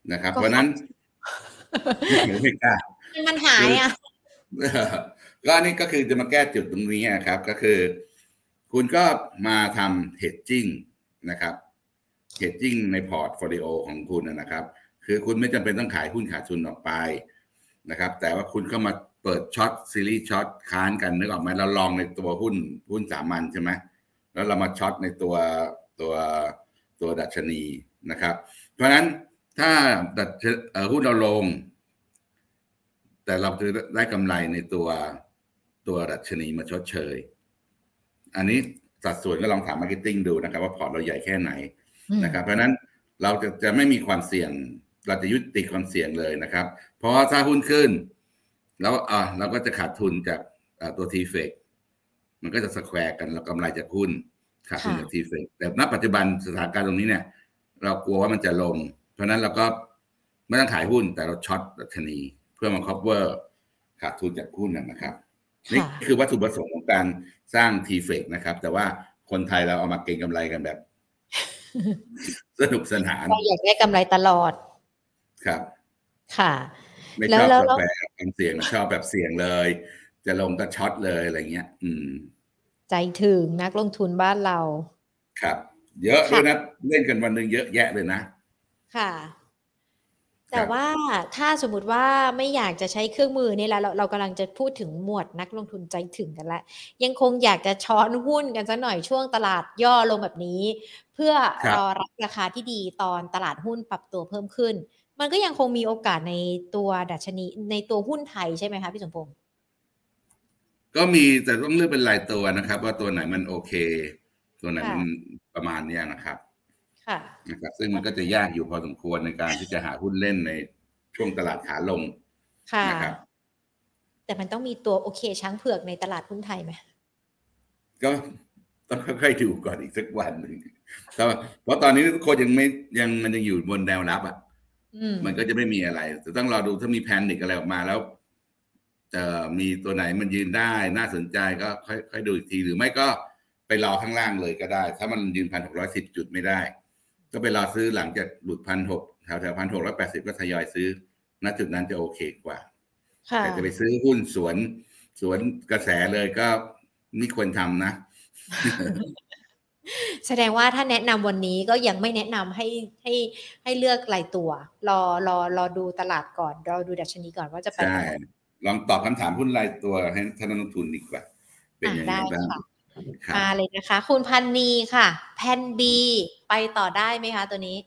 นะครับ เพราะนั้นไม่กล้ามันหายอ่ะก็อันนี้ก็คือจะมาแก้จุดตรงนี้ครับก็คือคุณก็มาทำ hedging นะครับ hedging ในพอร์ตโฟลิโอของคุณนะครับคือคุณไม่จำเป็นต้องขายหุ้นขาดทุนออกไปนะครับแต่ว่าคุณก็มาเปิดช็อตซีรีส์ช็อตค้านกันนึกออกไหมเราลองในตัวหุ้นหุ้นสามัญใช่ไหมแล้วเรามาช็อตในตัวตัวตัวดัชนีนะครับเพราะฉะนั้นถ้าดัชหุ้นเราลงแต่เราจะได้กำไรในตัวตัวดัชนีมาชดเชยอันนี้สัดส่วนก็ลองถามมาร์เก็ตติ้งดูนะครับว่าพอร์ตเราใหญ่แค่ไหนนะครับเพราะฉะนั้นเราจะจะไม่มีความเสี่ยงเราจะยุติความเสี่ยงเลยนะครับเพราะว่าถ้าหุ้นขึ้นแล้วอ่าเราก็จะขาดทุนจากตัว ที เฟก มันก็จะสแควร์กันเรากำไรจากหุ้นขาดทุนจาก ที เฟก แต่ณปัจจุบันสถานการณ์ตรงนี้เนี่ยเรากลัวว่ามันจะลงเพราะนั้นเราก็ไม่ต้องขายหุ้นแต่เราช็อตดัชนีเพื่อมา cover ขาดทุนจากหุ้นนะครับนี่คือวัตถุประสงค์ของการสร้าง ที เฟก นะครับแต่ว่าคนไทยเราเอามาเก็งกำไรกันแบบสนุกสนานอยากได้กำไรตลอดครับค่ะไม่ชอบกาแฟความเสี่ยงชอบแบบเสี่ยงเลยจะลงก็ช็อตเลยอะไรเงี้ยอืมใจถึงนักลงทุนบ้านเราครับเยอะด้วยนะเล่นกันวันนึงเยอะแยะเลยนะค่ะแต่ว่าถ้าสมมุติว่าไม่อยากจะใช้เครื่องมือนี่แหละเราเรากำลังจะพูดถึงหมวดนักลงทุนใจถึงกันแล้วยังคงอยากจะช้อนหุ้นกันสักหน่อยช่วงตลาดย่อลงแบบนี้เพื่อรอรับราคาที่ดีตอนตลาดหุ้นปรับตัวเพิ่มขึ้นมันก็ยังคงมีโอกาสในตัวดัชนีในตัวหุ้นไทยใช่ไหมคะพี่สมพงษ์ก็มีแต่ต้องเลือกเป็นรายตัวนะครับว่าตัวไหนมันโอเคตัวไหนมันประมาณนี้นะครับค่ะนะครับซึ่งมันก็จะยากอยู่พอสมควรในการที่จะหาหุ้นเล่นในช่วงตลาดขาลงนะครับแต่มันต้องมีตัวโอเคช้างเผือกในตลาดหุ้นไทยไหมก็ต้องค่อยๆดูก่อนอีกสักวันหนึ่งเพราะตอนนี้ทุกคนยังไม่ยังมันยังอยู่บนแนวรับอ่ะมันก็จะไม่มีอะไรแต่ต้องรอดูถ้ามีแพนิคอะไรออกมาแล้วจะมีตัวไหนมันยืนได้น่าสนใจก็ค่อยๆดูอีกทีหรือไม่ก็ไปรอข้างล่างเลยก็ได้ถ้ามันยืนพันหกร้อยสิบจุดไม่ได้ก็ไปรอซื้อหลังจากหลุดพันหกแถวแถวพันหกร้อยแปดสิบก็ทยอยซื้อณจุดนั้นจะโอเคกว่าแต่จะไปซื้อหุ้นสวนสวนกระแสเลยก็ไม่ควรทำนะแสดงว่าถ้าแนะนำวันนี้ก็ยังไม่แนะนำให้ให้ให้เลือกรายตัวรอรอรอดูตลาดก่อนรอดูดัชนีก่อนว่าจะไปใช่ลองตอบคำถามหุ้นรายตัวให้ท่านนักลงทุนดีกว่าเป็นยังไงบ้างมาเลยนะคะคุณพันนีค่ะแพนบีไปต่อได้ไหมคะตัวนี้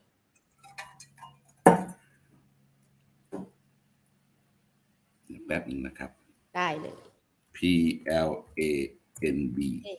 แป๊บนึงนะครับได้เลย P L A N B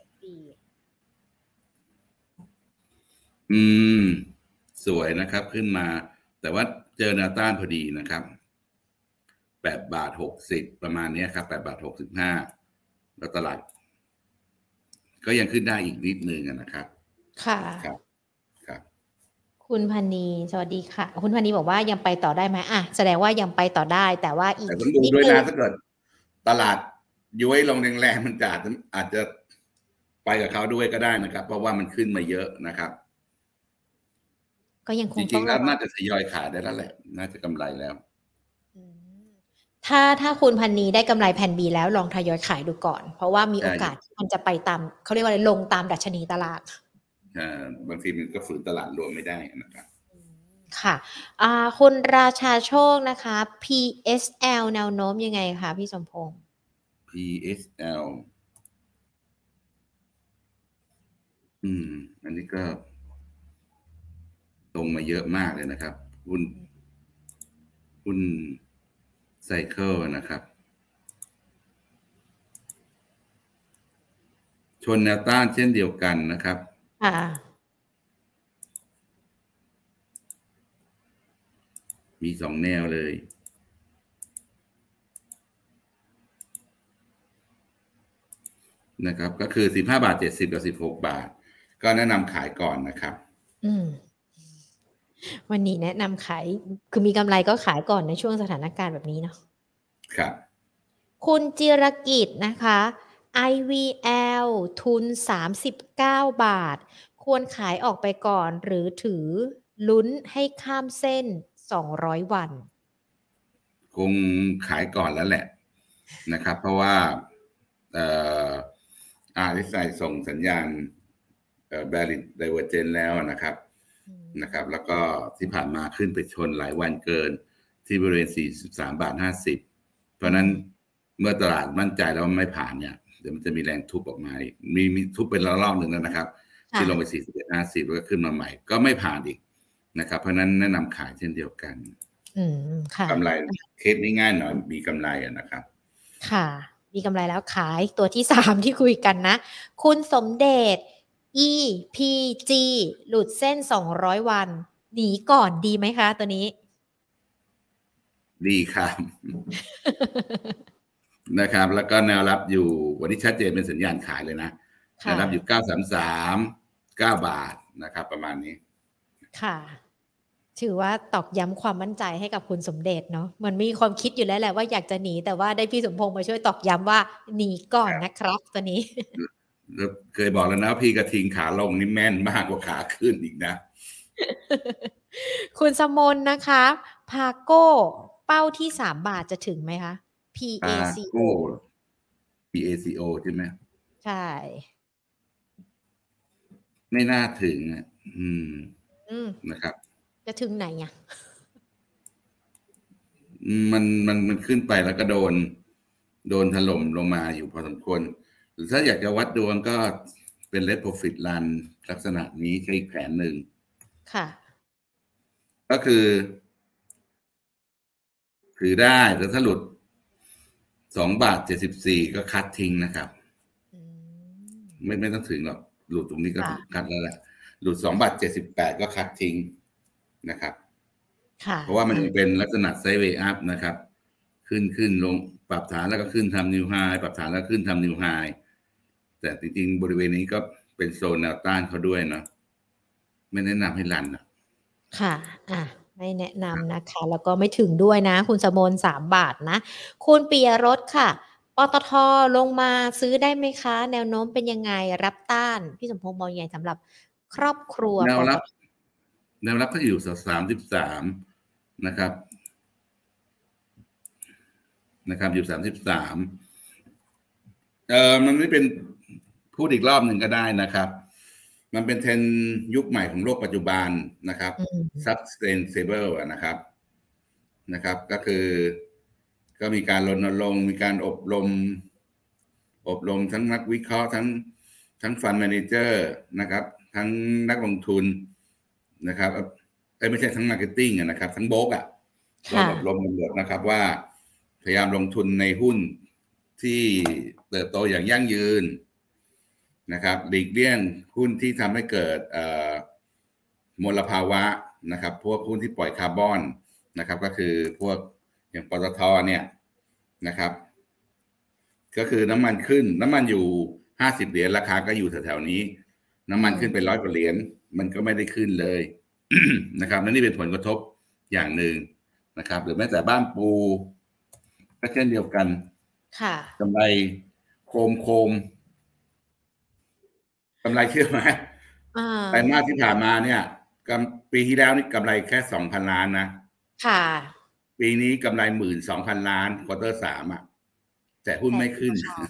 อืมสวยนะครับขึ้นมาแต่ว่าเจอแนวต้านพอดีนะครับแปดบาทหกสิบประมาณนี้ครับแปดบาทหกสิบห้าแล้วตลาดก็ยังขึ้นได้อีกนิดนึงนะครับค่ะครับครับคุณพันนีสวัสดีค่ะคุณพันนีบอกว่ายังไปต่อได้ไหมอ่ะแสดงว่ายังไปต่อได้แต่ว่าอีกแต่ต้องดูด้วยนะถ้าเกิดตลาดย้วยลงแรงๆมันอาจจะอาจจะไปกับเขาด้วยก็ได้นะครับเพราะว่ามันขึ้นมาเยอะนะครับก็ยังคงจริงๆแล้วน่าจะทยอยขายได้แล้วแหละน่าจะกำไรแล้วถ้าถ้าคุณพันนีได้กำไรแผ่น B แล้วลองทยอยขายดูก่อนเพราะว่ามีโอกาสที่มันจะไปตามเขาเรียกว่าอะไรลงตามดัชนีตลาดบางทีมันก็ฝืนตลาดรวมไม่ได้นะครับค่ะคุณราชาโชคนะคะ พี เอส แอล แนวโน้มยังไงคะพี่สมพงษ์พี เอส แอล อืมอันนี้ก็ลงมาเยอะมากเลยนะครับหุ้นหุ้นไซเคิลนะครับชนแนวต้านเช่นเดียวกันนะครับค่ะมีสองแนวเลยนะครับก็คือสิบห้าบาทเจ็ดสิบกับสิบหกบาทก็แนะนำขายก่อนนะครับอืมวันนี้แนะนำขายคือมีกำไรก็ขายก่อนในช่วงสถานการณ์แบบนี้เนาะครับคุณจิรกิจนะคะ ไอ วี แอล ทุนสามสิบเก้าบาทควรขายออกไปก่อนหรือถือลุ้นให้ข้ามเส้นสองร้อยวันคงขายก่อนแล้วแหละนะครับ เพราะว่าเอ่อ อาร์ เอส ไอ ส่งสัญญาณเอ่อ bearish divergence แล้วนะครับนะครับ แล้วก็ที่ผ่านมาขึ้นไปชนหลายวันเกินที่บริเวณสี่สิบสามบาทห้าสิบเพราะนั้นเมื่อตลาดมั่นใจแล้วไม่ผ่านเนี่ยเดี๋ยวมันจะมีแรงทุบออกมาอีกมีมีทุบเป็นรอบๆหนึ่งแล้วนะครับที่ลงไปสี่สิบเอ็ดห้าสิบแล้วก็ขึ้นมาใหม่ก็ไม่ผ่านอีกนะครับเพราะนั้นแนะนำขายเช่นเดียวกันกำไรเคสนี้ง่ายหน่อยมีกำไรนะครับค่ะมีกำไรแล้วขายตัวที่สามที่คุยกันนะคุณสมเด็จ อี พี จี หลุดเส้นสองร้อยวันหนีก่อนดีไหมคะตัวนี้ดีครับ นะครับแล้วก็แนวรับอยู่วันนี้ชัดเจนเป็นสัญญาณขายเลยนะแนวรับอยู่เก้าสามสามเก้าบาทนะครับประมาณนี้ค่ะถือว่าตอกย้ำความมั่นใจให้กับคุณสมเด็จเนาะมันมีความคิดอยู่แล้วแหละว่าอยากจะหนีแต่ว่าได้พี่สมพงษ์มาช่วยตอกย้ำว่าหนีก่อนนะครับตัวนี้เคยบอกแล้วนะพี่กระทิงขาลงนี่แม่นมากกว่าขาขึ้นอีกนะคุณสมนนะคะพาโก้เป้าที่สามบาทจะถึงไหมคะ พี เอ ซี โอพี เอ ซี โอ ใช่ไหมใช่ไม่น่าถึงอ่ะอืมนะครับจะถึงไหนอ่ะมันมันมันขึ้นไปแล้วก็โดนโดนถล่มลงมาอยู่พอสมควรหรือถ้าอยากจะวัดดวงก็เป็น Red Profit Run ลักษณะนี้ใช้อีกแผนหนึ่งค่ะก็คือถือได้แต่ถ้าหลุดสองบาทเจ็ดสิบสี่ก็คัดทิ้งนะครับไม่ไม่ต้องถึงหรอกหลุดตรงนี้ก็คัดแล้วแหละหลุดสองบาทเจ็ดสิบแปดก็คัดทิ้งนะครับเพราะว่ามันเป็นลักษณะไซด์เวย์อัพนะครับขึ้นขึ้นลงปรับฐานแล้วก็ขึ้นทำนิวไฮปรับฐานแล้วขึ้นทำนิวไฮแต่จริงๆบริเวณนี้ก็เป็นโซนแนวต้านเขาด้วยเนาะไม่แนะนำให้รันนะค่ะอ่ะไม่แนะนำนะคะแล้วก็ไม่ถึงด้วยนะคุณสมนสามบาทนะคุณปิยรสค่ะปตท.ลงมาซื้อได้ไหมคะแนวโน้มเป็นยังไงรับต้านพี่สมพงษ์มองยังไงสำหรับครอบครัวแนวรับแนวรับก็อยู่สามสิบสามนะครับนะครับอยู่สามสิบสามเอ่อมันไม่เป็นพูดอีกรอบหนึ่งก็ได้นะครับมันเป็นเทรนด์ยุคใหม่ของโลกปัจจุบันนะครับ sustainable นะครับนะครับก็คือก็มีการรณรงค์มีการอบรมอบรมทั้งนักวิเคราะห์ทั้งทั้งฟันแมเนเจอร์นะครับทั้งนักลงทุนนะครับไม่ใช่ทั้งมาร์เก็ตติ้งนะครับทั้งโบรกอ่ะก็อบรมกันหมดนะครับว่าพยายามลงทุนในหุ้นที่เติบโตอย่างยั่งยืนนะครับหลีกเลี่ยงหุ้นที่ทำให้เกิดมลภาวะนะครับพวกหุ้นที่ปล่อยคาร์บอนนะครับก็คือพวกอย่างปตท.เนี่ยนะครับก็คือน้ำมันขึ้นน้ำมันอยู่ห้าสิบเหรียญราคาก็อยู่แถวๆนี้น้ำมันขึ้นไปร้อยกว่าเหรียญมันก็ไม่ได้ขึ้นเลย นะครับนั่นนี่เป็นผลกระทบอย่างหนึ่งนะครับหรือแม้แต่บ้านปูก็เช่นเดียวกันค่ะกำไรโคมโคมกำไรเชื่อไหมไตรมาสที่ผ่านมาเนี่ยปีที่แล้วนี่กำไรแค่สองพันล้านนะค่ะปีนี้กำไรหมื่นสองพันล้านควอเตอร์สามอ่ะแต่หุ้นไม่ขึ้น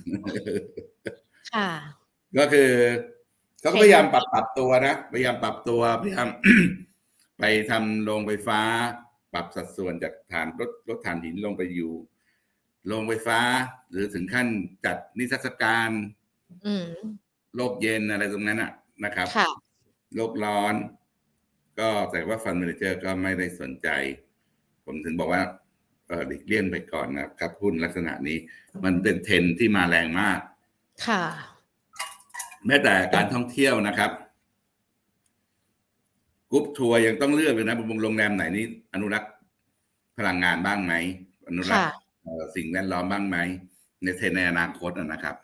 ค่ะก็คือเขาก็พยายามปรับปรับตัวนะพยายามปรับตัวพยายาม ไปทำโรงไฟฟ้าปรับสัดส่วนจากถ่านรถรถถ่านหินลงไปอยู่โรงไฟฟ้าหรือถึงขั้นจัดนิทรรศการโลกเย็นอะไรตรงนั้นอ่ะนะครับโลกร้อนก็แต่ว่าฟันเมเนเจอร์ก็ไม่ได้สนใจผมถึงบอกว่าเออหลีกเลี่ยงไปก่อนนะครับหุ้นลักษณะนี้มันเป็นเทรนด์ที่มาแรงมากค่ะแม้แต่การท่องเที่ยวนะครับกรุ๊ปทัวร์ยังต้องเลือกเลยนะโรงแรมไหนนี้อนุรักษ์พลังงานบ้างไหมอนุรักษ์สิ่งแวดล้อมบ้างไหมในเทรนด์ในอนาคตนะครับ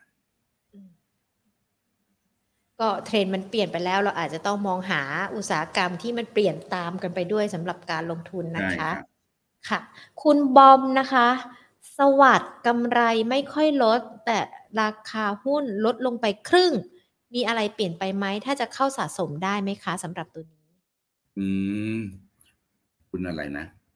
ก็เทรนด์มันเปลี่ยนไปแล้วเราอาจจะต้องมองหาอุตสาหกรรมที่มันเปลี่ยนตามกันไปด้วยสำหรับการลงทุนนะคะค่ะคุณบอมนะคะสวัสดิ์กำไรไม่ค่อยลดแต่ราคาหุ้นลดลงไปครึ่งมีอะไรเปลี่ยนไปไหมถ้าจะเข้าสะสมได้ไหมคะสำหรับตัวนี้อืมคุณอะไรนะ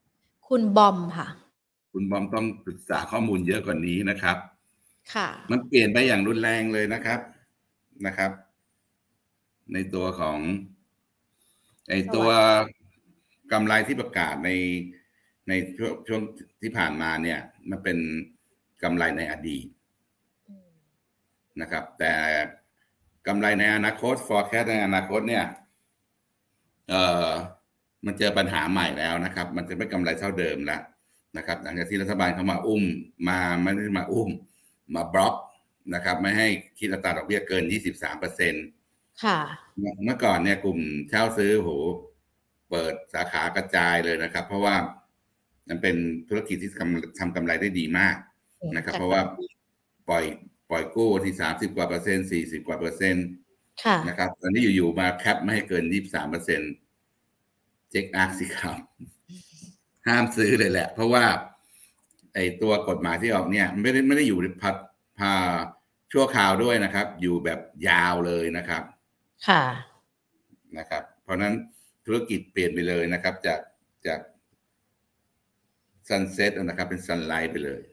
คุณบอมค่ะคุณบอมต้องศึกษาข้อมูลเยอะกว่านี้นะครับค่ะมันเปลี่ยนไปอย่างรุนแรงเลยนะครับนะครับ ในตัวของไอตัวกำไรที่ประกาศในในช่วงช่วงที่ผ่านมาเนี่ยมันเป็นกำไรในอดีตนะครับแต่กำไรในอนาคต forecast ในอนาคตเนี่ยเอ่อมันเจอปัญหาใหม่แล้วนะครับมันจะไม่กำไรเท่าเดิมแล้วนะครับหลังจากที่รัฐบาลเข้ามาอุ้มมาไม่ได้มาอุ้มมาบล็อกนะครับไม่ให้คิดอัตราดอกเบี้ยเกิน ยี่สิบสามเปอร์เซ็นต์ ค่ะเมื่อก่อนเนี่ยกลุ่มเช่าซื้อโหเปิดสาขากระจายเลยนะครับเพราะว่ามันเป็นธุรกิจที่ทำทำกำไรได้ดีมากนะครับเพราะว่าปล่อยปล่อยกู้ที่สามสิบกว่าเปอร์เซ็นต์สี่สิบกว่าเปอร์เซ็นต์นะครับตอนนี้อยู่ๆมาแคปไม่ให้เกินยี่สิบสามเปอร์เซ็นต์เช็คอาร์คสิครับห้ามซื้อเลยแหละเพราะว่าไอตัวกฎหมายที่ออกเนี่ยไม่ได้ไม่ได้อยู่พัดพาชั่วคราวด้วยนะครับอยู่แบบยาวเลยนะครับค่ะนะครับเพราะนั้นธุรกิจเปลี่ยนไปเลยนะครับจากจากซันเซ็ตนะครับเป็นซันไลท์ไปเลย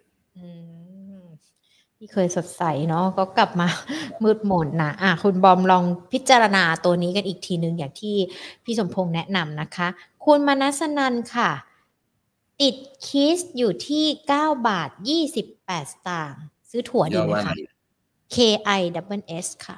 ที่เคยสดใสเนาะก็กลับมามืดมนนะอ่ะคุณบอมลองพิจารณาตัวนี้กันอีกทีนึงอย่างที่พี่สมพงษ์แนะนำนะคะคุณมนัสนันค่ะติดคิสอยู่ที่เก้าบาทยี่สิบแปดสตางค์ซื้อถั่วดีไหมคะ เค ไอ ดับเบิล เอส ค่ะ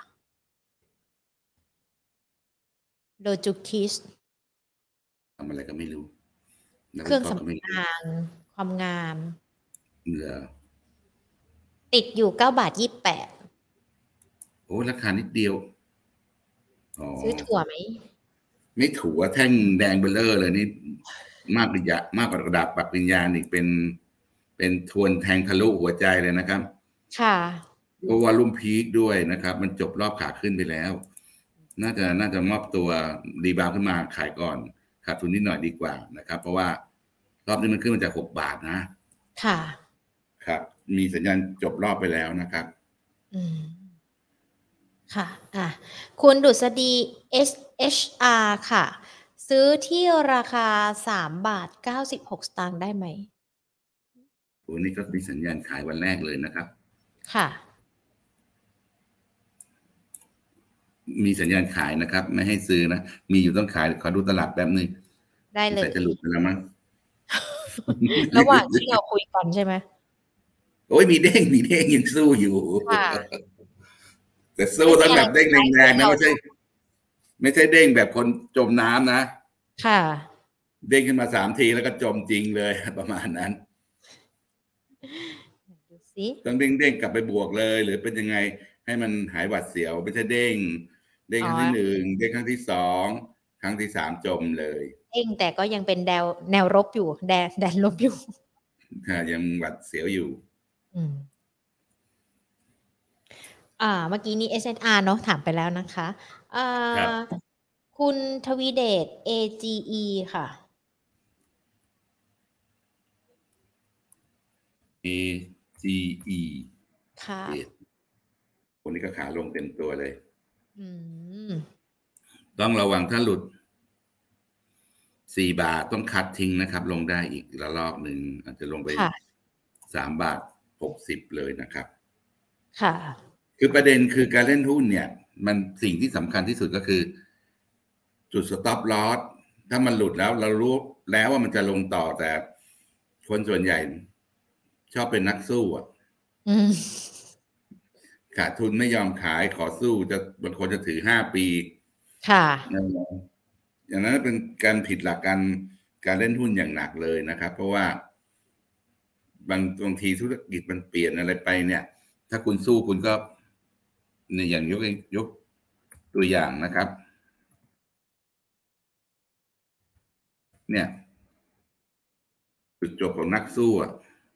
โดจูคิสทำอะไรก็ไม่รู้เครื่องสำอางความงามเหลือติดอยู่เก้าบาทยี่สิบแปดโอ้ราคานิดเดียวซื้อถั่วไหมไม่ถั่วแท่งแดงเบลเลอร์เลยนี่มากกว่ามากกว่าระดับปรับปริญญาอีกเป็นเป็นทวนแทงทะลุหัวใจเลยนะครับค่ะเพราะว่าลุ่มพีคด้วยนะครับมันจบรอบขาขึ้นไปแล้วน่าจะน่าจะมอบตัวรีบาวขึ้นมาขายก่อนขาดทุนนิดหน่อยดีกว่านะครับเพราะว่ารอบนี้มันขึ้นมาจากหกบาทนะค่ะครับมีสัญญาณจบรอบไปแล้วนะครับอืมค่ะอ่ะคุณดุษฎี เอส เอช อาร์ ค่ะซื้อที่ราคาสามบาทเก้าสิบหกสตางค์ได้ไหมโอ้นี่ก็มีสัญญาณขายวันแรกเลยนะครับค่ะมีสัญญาณขายนะครับไม่ให้ซื้อนะมีอยู่ต้องขายขอดูตลาดแป๊บนึงได้เลยแต่จะหลุดไปแล้วมั้งระหว่างที่เราคุยกันใช่ไหมโอ้ยมีเด้งมีเด้งยังสู้อยู่แต่สู้ต้องแบบเด้งแรงๆนะไม่ใช่ไม่ใช่เด้งแบบคนจมน้ำนะค่ะเด้งขึ้นมาสามทีแล้วก็จมจริงเลยประมาณนั้นดูสิต้องเด้งเด้งกลับไปบวกเลยหรือเป็นยังไงให้มันหายหวัดเสียวไม่ใช่เด้งเด้งครั้งที่หนึ่งเด้งครั้งที่สองครั้งที่สามจมเลยเด้งแต่ก็ยังเป็นแนวแนวรบอยู่แดนแดนลบอยู่ยังหวัดเสียวอยู่อืมอ่าเมื่อกี้นี้ เอส เอ็น อาร์ เนาะถามไปแล้วนะคะอ่าคุณทวีเดช เอ จี อี ค่ะเอ จี อี ค่ะคนนี้ก็ขาลงเต็มตัวเลยอืมต้องระวังถ้าหลุดสี่บาทต้องคัดทิ้งนะครับลงได้อีกระลอกหนึ่งอาจจะลงไปสามบาทหกสิบเลยนะครับค่ะคือประเด็นคือการเล่นหุ้นเนี่ยมันสิ่งที่สำคัญที่สุดก็คือจุด stop loss ถ้ามันหลุดแล้วเรารู้แล้วว่ามันจะลงต่อแต่คนส่วนใหญ่ชอบเป็นนักสู้อ่ะขาดทุนไม่ยอมขายขอสู้จะบางคนจะถือห้าปีค่ะอย่างนั้นเป็นการผิดหลักการการเล่นหุ้นอย่างหนักเลยนะครับเพราะว่าบางบางทีธุรกิจมันเปลี่ยนอะไรไปเนี่ยถ้าคุณสู้คุณก็เนี่ยอย่างยกยกตัวอย่างนะครับเนี่ยจุดจบของนักสู้อ่ะ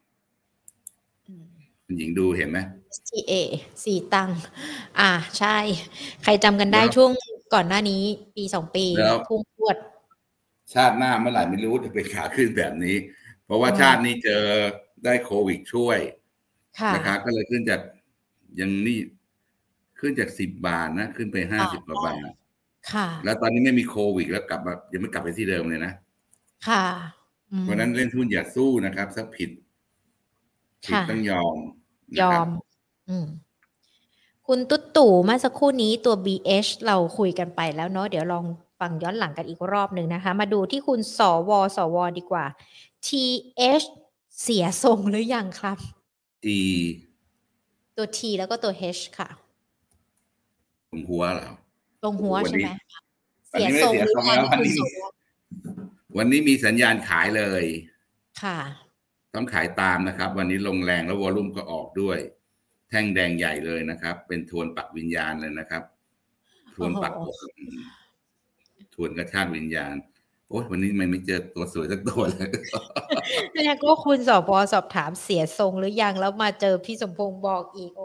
คุณหญิงดูเห็นไหมที เอ สี่ตังค์อ่าใช่ใครจำกันได้ช่วงก่อนหน้านี้ปีสองปีพุ่งพรวดชาติหน้าเมื่อไหร่ไม่รู้จะเป็นขาขึ้นแบบนี้เพราะว่าชาตินี้เจอได้โควิดช่วยนะครับก็เลยขึ้นจากยังนี่ขึ้นจากสิบบาทนะขึ้นไปห้าสิบกว่าบาทค่ะแล้วตอนนี้ไม่มีโควิดแล้วกลับมายังไม่กลับไปที่เดิมเลยนะค่ะเพราะนั้นเล่นหุ้นอย่าสู้นะครับถ้าผิดผิดต้องยอมยอมอืมคุณตุ๊ดตู่เมื่อสักครู่นี้ตัว บี เอช เราคุยกันไปแล้วเนาะเดี๋ยวลองฟังย้อนหลังกันอีกรอบหนึ่งนะคะมาดูที่คุณสวสวดีกว่า ที เอช เสียทรงหรือยังครับ T ตัว T แล้วก็ตัว H ค่ะตรงหัวเหรอตรงหัวใช่ไหมเสียทรงหรือยังวันนี้วันนี้มีสัญญาณขายเลยค่ะต้องขายตามนะครับวันนี้ลงแรงแล้ววอลุ่มก็ออกด้วยแท่งแดงใหญ่เลยนะครับเป็นทวนปักวิญญาณเลยนะครับทวนปักทวนกระชากวิญญาณโอ้ยวันนี้ไม่ไม่เจอตัวสวยสักตัวเลยแล้วก็คุณสปสอบถามเสียทรงหรือยังแล้วมาเจอพี่สมพงษ์บอกอีกโอ้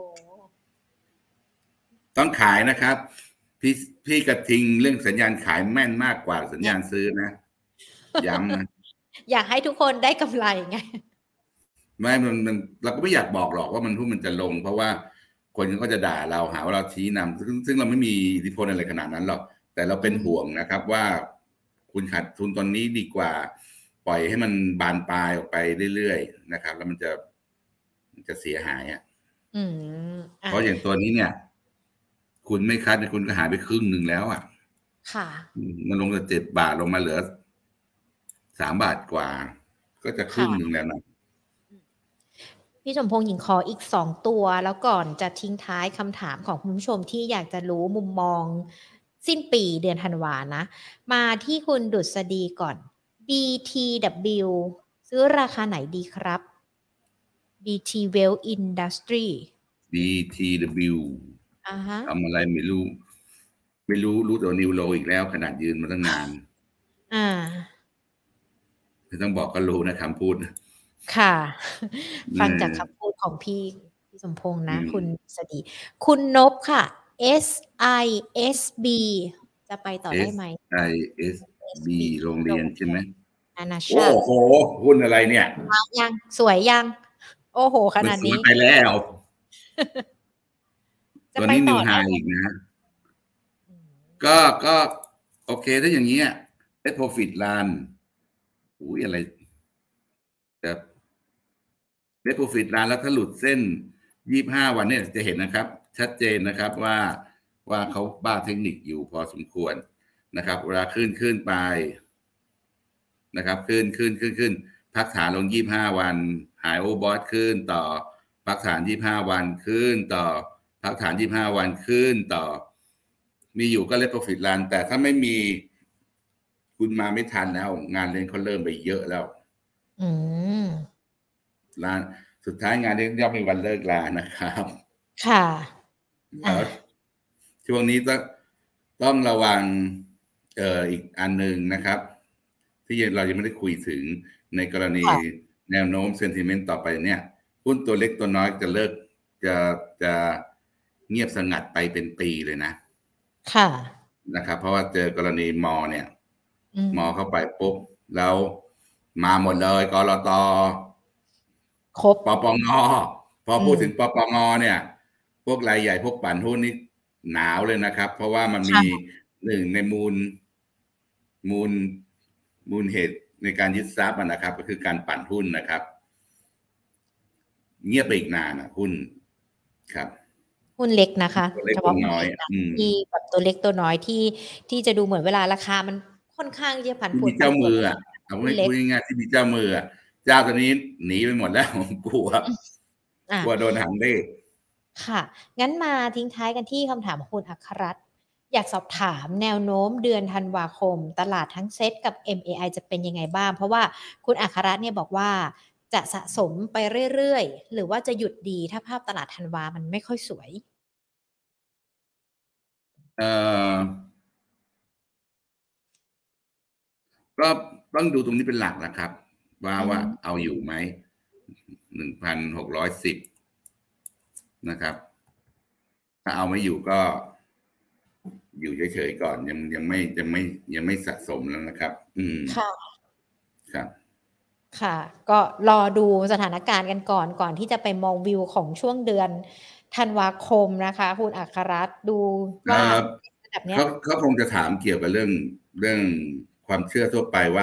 ต้องขายนะครับพี่พี่กระทิงเรื่องสัญญาณขายแม่นมากกว่าสัญญาณซื้อนะย้ำนะอยากให้ทุกคนได้กำไรไงไม่มันมันเราก็ไม่อยากบอกหรอกว่ามันหุ้นมันจะลงเพราะว่าคนก็จะด่าเราหาว่าเราชี้นำซึ่งซึ่งเราไม่มีอิทธิพลอะไรขนาดนั้นหรอกแต่เราเป็นห่วงนะครับว่าคุณขาดทุนตอนนี้ดีกว่าปล่อยให้มันบานปลายออกไปเรื่อยๆนะครับแล้วมันจะมันจะเสียหายอ่ะเพราะอย่างตัวนี้เนี่ยคุณไม่คัดคุณก็หายไปครึ่งหนึ่งแล้วอ่ะค่ะมันลงจากเจ็ดบาทลงมาเหลือสามบาทกว่าก็จะครึ่งหนึ่งแล้วนะพี่สมพงษ์หญิงขออีกสองตัวแล้วก่อนจะทิ้งท้ายคำถามของคุณผู้ชมที่อยากจะรู้มุมมองสิ้นปีเดือนธันวานะมาที่คุณดุษฎีก่อน บี ที ดับเบิลยู ซื้อราคาไหนดีครับ บี ที Well Industry บี ที ดับเบิลยูอ่าฮะทำอะไรไม่รู้ไม่รู้รู้ตัวนิวโลอีกแล้วขนาดยืนมาตั้งนานอ่าไม่ต้องบอกก็รู้นะคำพูดค่ะฟังจากคำพูดของพี่พี่สมพงษ์นะคุณสดีคุณนพค่ะ เอส ไอ เอส บี จะไปต่อได้ไหมเอส ไอ เอส บี โรงเรียนใช่ไหมนานาชาติโอ้โหหุ้นอะไรเนี่ยยังสวยยังโอ้โหขนาดนี้ไปแล้วตัวนี้นิวไฮอีกนะก็ก็โอเคถ้าอย่างนี้ได้ profit run อุ้ยอะไรแต่ได้ profit run แล้วถ้าหลุดเส้นยี่สิบห้าวันเนี่ยจะเห็นนะครับชัดเจนนะครับว่าว่าเขาบ้าเทคนิคอยู่พอสมควรนะครับเวลาขึ้นขึ้นไปนะครับขึ้นขึ้นขึ้นขึ้นพักฐานลงยี่สิบห้าวันหายโอบอสขึ้นต่อพักฐานยี่สิบห้าวันขึ้นต่อพักฐานยี่สิบห้าวันขึ้นต่อมีอยู่ก็เล่น profit run แต่ถ้าไม่มีคุณมาไม่ทันแล้วงานเล่นเขาเริ่มไปเยอะแล้วอืมร้านสุดท้ายงานเล่นย่อมมีวันเลิกลานะครับค่ะแล้วช่วงนี้ต้องต้องระวังเอ่ออีกอันหนึ่งนะครับที่เรายังไม่ได้คุยถึงในกรณีแนวโน้มเซนติเมนต์ต่อไปเนี่ยหุ้นตัวเล็กตัวน้อยจะเลิกจะจะเงียบสงัดไปเป็นปีเลยนะค่ะนะครับเพราะว่าเจอกรณีมอเนี่ยมอเข้าไปปุ๊บแล้วมาหมดเลยกลต. ครบปปง.พอพูดถึงปปง.เนี่ยพวกรายใหญ่พวกปั่นหุ้นนี่หนาวเลยนะครับเพราะว่ามันมีหนึ่งในมูลมูลมูลเหตุในการยึดทรัพย์นะครับก็คือการปั่นหุ้นนะครับเงียบไปอีกนานนะหุ้นครับหุ้นเล็กนะคะเฉพาะน้อยที่แบบตัวเล็กตัวน้อยที่ที่จะดูเหมือนเวลาราคามันค่อนข้างจะผันผวนมีเจ้ามืออ่ะเอาไม่พูดง่ายๆที่มีเจ้ามืออ่ะเจ้าตัวนี้หนีไปหมดแล้วผมกลัวกลัวโดนหังเลขค่ะงั้นมาทิ้งท้ายกันที่คำถามของคุณอัครรัตน์อยากสอบถามแนวโน้มเดือนธันวาคมตลาดทั้งเซ็ตกับ เอ็ม เอ ไอ จะเป็นยังไงบ้างเพราะว่าคุณอัครรัตน์เนี่ยบอกว่าจะสะสมไปเรื่อยๆหรือว่าจะหยุดดีถ้าภาพตลาดธันวามันไม่ค่อยสวยเอ่อก็ต้องดูตรงนี้เป็นหลักนะครับว่าว่าเอาอยู่ไหมหนึ่งพันหกร้อยสิบนะครับถ้าเอาไม่อยู่ก็อยู่เฉยๆก่อนยังยังไม่ยังไม่ยังไม่สะสมแล้วนะครับอืมค่ะครับค่ะก็รอดูสถานการณ์กันก่อนก่อนที่จะไปมองวิวของช่วงเดือนธันวาคมนะคะคุณอัครรัตน์ดูว่าระดับเนี้ยเขาเขาคงจะถามเกี่ยวกับเรื่องเรื่องความเชื่อทั่วไปว่า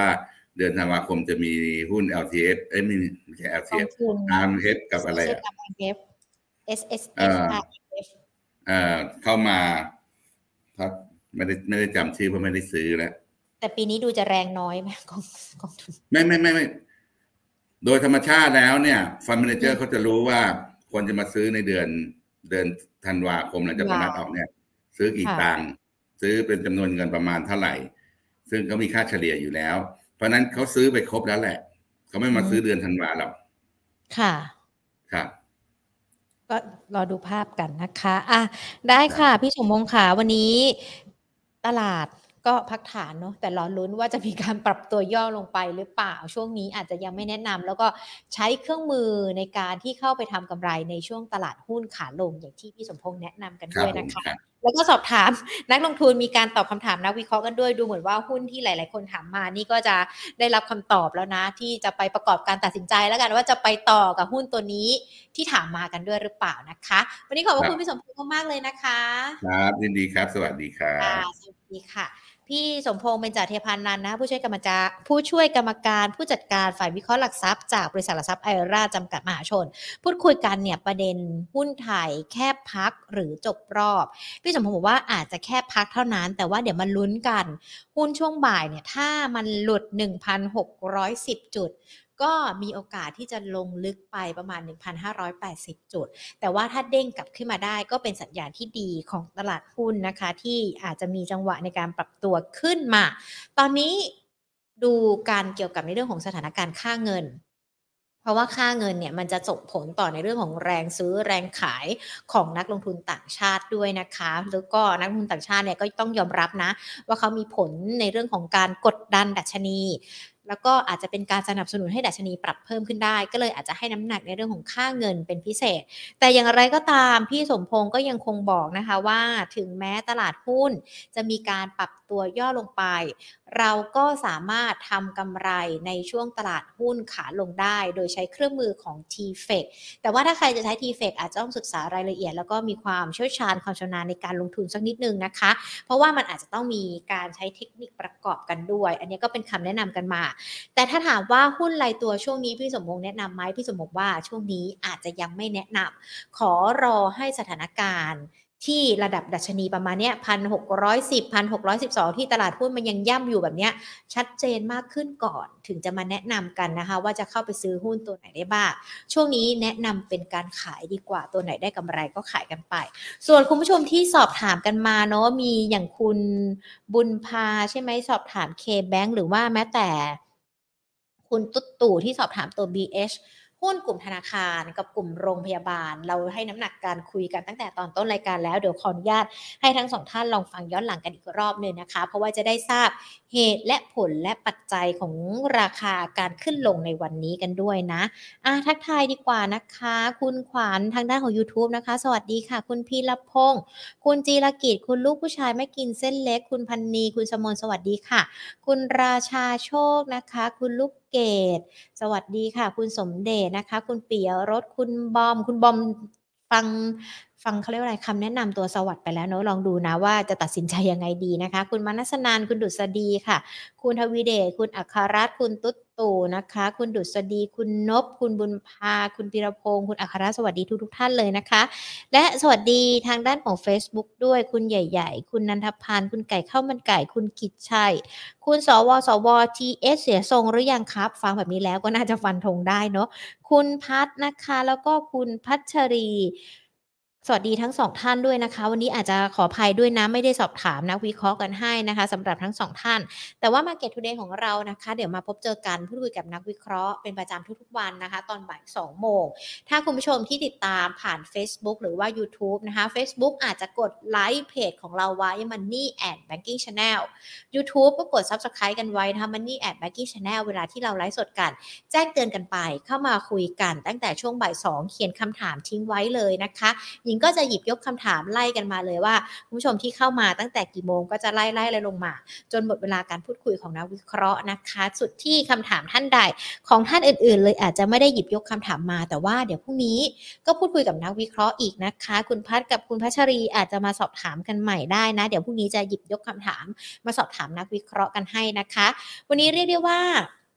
เดือนธันวาคมจะมีหุ้น แอล ที เอฟ เอ้ยไม่ใช่ แอล ที เอฟ อาร์ เอ็ม เอส กับอะไรอ่ะเอส เอส เอฟ อาร์ เอ็ม เอฟเอ่อเข้ามาครับไม่ได้ไม่ได้จำชื่อเพราะไม่ได้ซื้อแล้วแต่ปีนี้ดูจะแรงน้อยไหมกองกองทุนไม่ไม่ไม่ไม่โดยธรรมชาติแล้วเนี่ยฟันแมเนเจอร์เขาจะรู้ว่าควรจะมาซื้อในเดือนเดือนธันวาคมหลังจากวันนัดออกเนี่ยซื้อกี่ตังค์ซื้อเป็นจำนวนเงินประมาณเท่าไหร่ซึ่งเขามีค่าเฉลี่ยอยู่แล้วเพราะนั้นเขาซื้อไปครบแล้วแหละเขาไม่มาซื้อเดือนธันวาหรอกค่ะครับก็รอดูภาพกันนะคะอ่ะได้ค่ะพี่สมพงษ์ค่ะวันนี้ตลาดก็พักฐานเนาะแต่รอลุ้นว่าจะมีการปรับตัวย่อลงไปหรือเปล่าช่วงนี้อาจจะยังไม่แนะนำแล้วก็ใช้เครื่องมือในการที่เข้าไปทำกำไรในช่วงตลาดหุ้นขาลงอย่างที่พี่สมพงษ์แนะนำกันด้วยนะคะแล้วก็สอบถามนักลงทุนมีการตอบคำถามนักวิเคราะห์กันด้วยดูเหมือนว่าหุ้นที่หลายๆคนถามมานี่ก็จะได้รับคำตอบแล้วนะที่จะไปประกอบการตัดสินใจแล้วกันว่าจะไปต่อกับหุ้นตัวนี้ที่ถามมากันด้วยหรือเปล่านะคะวันนี้ขอบคุณพี่สมพงษ์มากๆเลยนะคะครับยินดีครับสวัสดีครับสวัสดีค่ะพี่สมพงษ์เบญจเทพานันท์นะผู้ช่วยกรรมการผู้ช่วยกรรมการผู้จัดการฝ่ายวิเคราะห์หลักทรัพย์จากบริษัทหลักทรัพย์ไอราจำกัดมหาชนพูดคุยกันเนี่ยประเด็นหุ้นไทยแค่พักหรือจบรอบพี่สมพงษ์บอกว่าอาจจะแค่พักเท่านั้นแต่ว่าเดี๋ยวมาลุ้นกันหุ้นช่วงบ่ายเนี่ยถ้ามันหลุด หนึ่งพันหกร้อยสิบ จุดก็มีโอกาสที่จะลงลึกไปประมาณ หนึ่งพันห้าร้อยแปดสิบ จุดแต่ว่าถ้าเด้งกลับขึ้นมาได้ก็เป็นสัญญาณที่ดีของตลาดหุ้นนะคะที่อาจจะมีจังหวะในการปรับตัวขึ้นมาตอนนี้ดูการเกี่ยวกับในเรื่องของสถานการณ์ค่าเงินเพราะว่าค่าเงินเนี่ยมันจะส่งผลต่อในเรื่องของแรงซื้อแรงขายของนักลงทุนต่างชาติด้วยนะคะแล้วก็นักลงทุนต่างชาติเนี่ยก็ต้องยอมรับนะว่าเขามีผลในเรื่องของการกดดันดัชนีแล้วก็อาจจะเป็นการสนับสนุนให้ดัชนีปรับเพิ่มขึ้นได้ก็เลยอาจจะให้น้ำหนักในเรื่องของค่าเงินเป็นพิเศษแต่อย่างไรก็ตามพี่สมพงษ์ก็ยังคงบอกนะคะว่าถึงแม้ตลาดหุ้นจะมีการปรับตัวย่อลงไปเราก็สามารถทำกำไรในช่วงตลาดหุ้นขาลงได้โดยใช้เครื่องมือของ ที เอฟ อี ซี แต่ว่าถ้าใครจะใช้ ที เอฟ อี ซี อาจจะต้องศึกษารายละเอียดแล้วก็มีความเชี่ยวชาญความชำนาญในการลงทุนสักนิดนึงนะคะเพราะว่ามันอาจจะต้องมีการใช้เทคนิคประกอบกันด้วยอันนี้ก็เป็นคำแนะนำกันมาแต่ถ้าถามว่าหุ้นรายตัวช่วงนี้พี่สมพงษ์แนะนำไหมพี่สมพงษ์ว่าช่วงนี้อาจจะยังไม่แนะนำขอรอให้สถานการณ์ที่ระดับดัชนีประมาณเนี้ย หนึ่งพันหกร้อยสิบ หนึ่งพันหกร้อยสิบสอง ที่ตลาดหุ้นมันยังย่ำอยู่แบบเนี้ยชัดเจนมากขึ้นก่อนถึงจะมาแนะนำกันนะคะว่าจะเข้าไปซื้อหุ้นตัวไหนได้บ้างช่วงนี้แนะนำเป็นการขายดีกว่าตัวไหนได้กำไรก็ขายกันไปส่วนคุณผู้ชมที่สอบถามกันมาเนาะมีอย่างคุณบุญพาใช่ไหมสอบถาม K-Bank หรือว่าแม้แต่คุณตุ๊ดตู่ที่สอบถามตัว บี เอช หุ้นกลุ่มธนาคารกับกลุ่มโรงพยาบาลเราให้น้ำหนักการคุยกันตั้งแต่ตอนต้นรายการแล้วเดี๋ยวขออนุญาตให้ทั้งสองท่านลองฟังย้อนหลังกันอีกรอบนึงนะคะเพราะว่าจะได้ทราบเหตุและผลและปัจจัยของราคาการขึ้นลงในวันนี้กันด้วยนะอ่ะทักทายดีกว่านะคะคุณขวัญทางด้านของ YouTube นะคะสวัสดีค่ะคุณพีรพงศ์คุณจีรกิจคุณลูกผู้ชายไม่กินเส้นเล็กคุณพันนีคุณสมนสวัสดีค่ะคุณราชาโชคนะคะคุณลูกเกดสวัสดีค่ะคุณสมเด็จนะคะคุณปิยรสคุณบอมคุณบอมฟังฟังเขาเรียกว่าอะไรคำแนะนำตัวสวัสดิ์ไปแล้วเนอะลองดูนะว่าจะตัดสินใจยังไงดีนะคะคุณมนัสนานคุณดุษฎีค่ะคุณทวีเดชคุณอัครรัตน์คุณตุ๊ดตู่นะคะคุณดุษฎีคุณนพคุณบุญพาคุณปิรพงศ์คุณอัครรัตน์สวัสดีทุกทุกท่านเลยนะคะและสวัสดีทางด้านของ Facebook ด้วยคุณใหญ่ๆคุณนันทพันธ์คุณไก่ข้าวมันไก่คุณกิจชัยคุณสวสว ที เอส เสียทรงหรือยังครับฟังแบบนี้แล้วก็น่าจะฟันธงได้เนาะคุณพัฒนะคะแล้วก็คุณพัชรีสวัสดีทั้งสองท่านด้วยนะคะวันนี้อาจจะขออภัยด้วยนะไม่ได้สอบถามนักวิเคราะห์กันให้นะคะสำหรับทั้งสองท่านแต่ว่า Market Today ของเรานะคะเดี๋ยวมาพบเจอกันพูดคุยกับนักวิเคราะห์เป็นประจำทุกๆวันนะคะตอนบ่ายสองโมงถ้าคุณผู้ชมที่ติดตามผ่าน Facebook หรือว่า YouTube นะคะ Facebook อาจจะกดไลค์เพจของเราไว้ Money and Banking Channel YouTube ก็กด Subscribe กันไว้นะคะ Money and Banking Channel เวลาที่เราไลฟ์สดกันแจ้งเตือนกันไปเข้ามาคุยกันตั้งแต่ช่วงบ่ายสองเขียนคำถามทิ้งไว้เลยนะคะหญิงก็จะหยิบยกคำถามไล่กันมาเลยว่าคุณผู้ชมที่เข้ามาตั้งแต่กี่โมงก็จะไล่ไล่เลยลงมาจนหมดเวลาการพูดคุยของนักวิเคราะห์นะคะสุดที่คำถามท่านใดของท่านอื่นๆเลยอาจจะไม่ได้หยิบยกคำถามมาแต่ว่าเดี๋ยวพรุ่งนี้ก็พูดคุยกับนักวิเคราะห์อีกนะคะคุณพัฒกับคุณพัชรีอาจจะมาสอบถามกันใหม่ได้นะเดี๋ยวพรุ่งนี้จะหยิบยกคำถามมาสอบถามนักวิเคราะห์กันให้นะคะวันนี้เรียกได้ว่า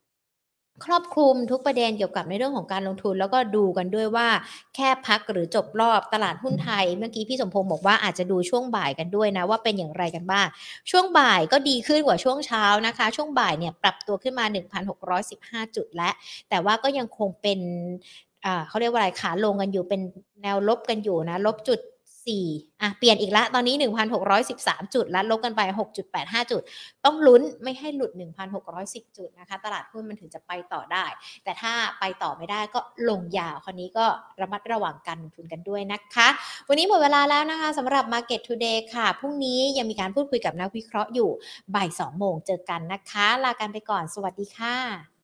ครอบคลุมทุกประเด็นเกี่ยวกับในเรื่องของการลงทุนแล้วก็ดูกันด้วยว่าแค่พักหรือจบรอบตลาดหุ้นไทยเมื่อกี้พี่สมพงษ์บอกว่าอาจจะดูช่วงบ่ายกันด้วยนะว่าเป็นอย่างไรกันบ้างช่วงบ่ายก็ดีขึ้นกว่าช่วงเช้านะคะช่วงบ่ายเนี่ยปรับตัวขึ้นมา หนึ่งพันหกร้อยสิบห้า จุดแล้วแต่ว่าก็ยังคงเป็นอ่าเขาเรียกว่าอะไรขาลงกันอยู่เป็นแนวลบกันอยู่นะลบจุดสี่อ่ะเปลี่ยนอีกแล้วตอนนี้ หนึ่งพันหกร้อยสิบสาม จุดแล้วลบกันไป หกจุดแปดห้า จุดต้องลุ้นไม่ให้หลุด หนึ่งพันหกร้อยสิบ จุดนะคะตลาดหุ้นมันถึงจะไปต่อได้แต่ถ้าไปต่อไม่ได้ก็ลงยาวคราวนี้ก็ระมัดระวังการลงทุนกันด้วยนะคะวันนี้หมดเวลาแล้วนะคะสำหรับ Market Today ค่ะพรุ่งนี้ยังมีการพูดคุยกับนักวิเคราะห์อยู่บ่ายสองโมงเจอกันนะคะลากันไปก่อนสวัสดีค่ะ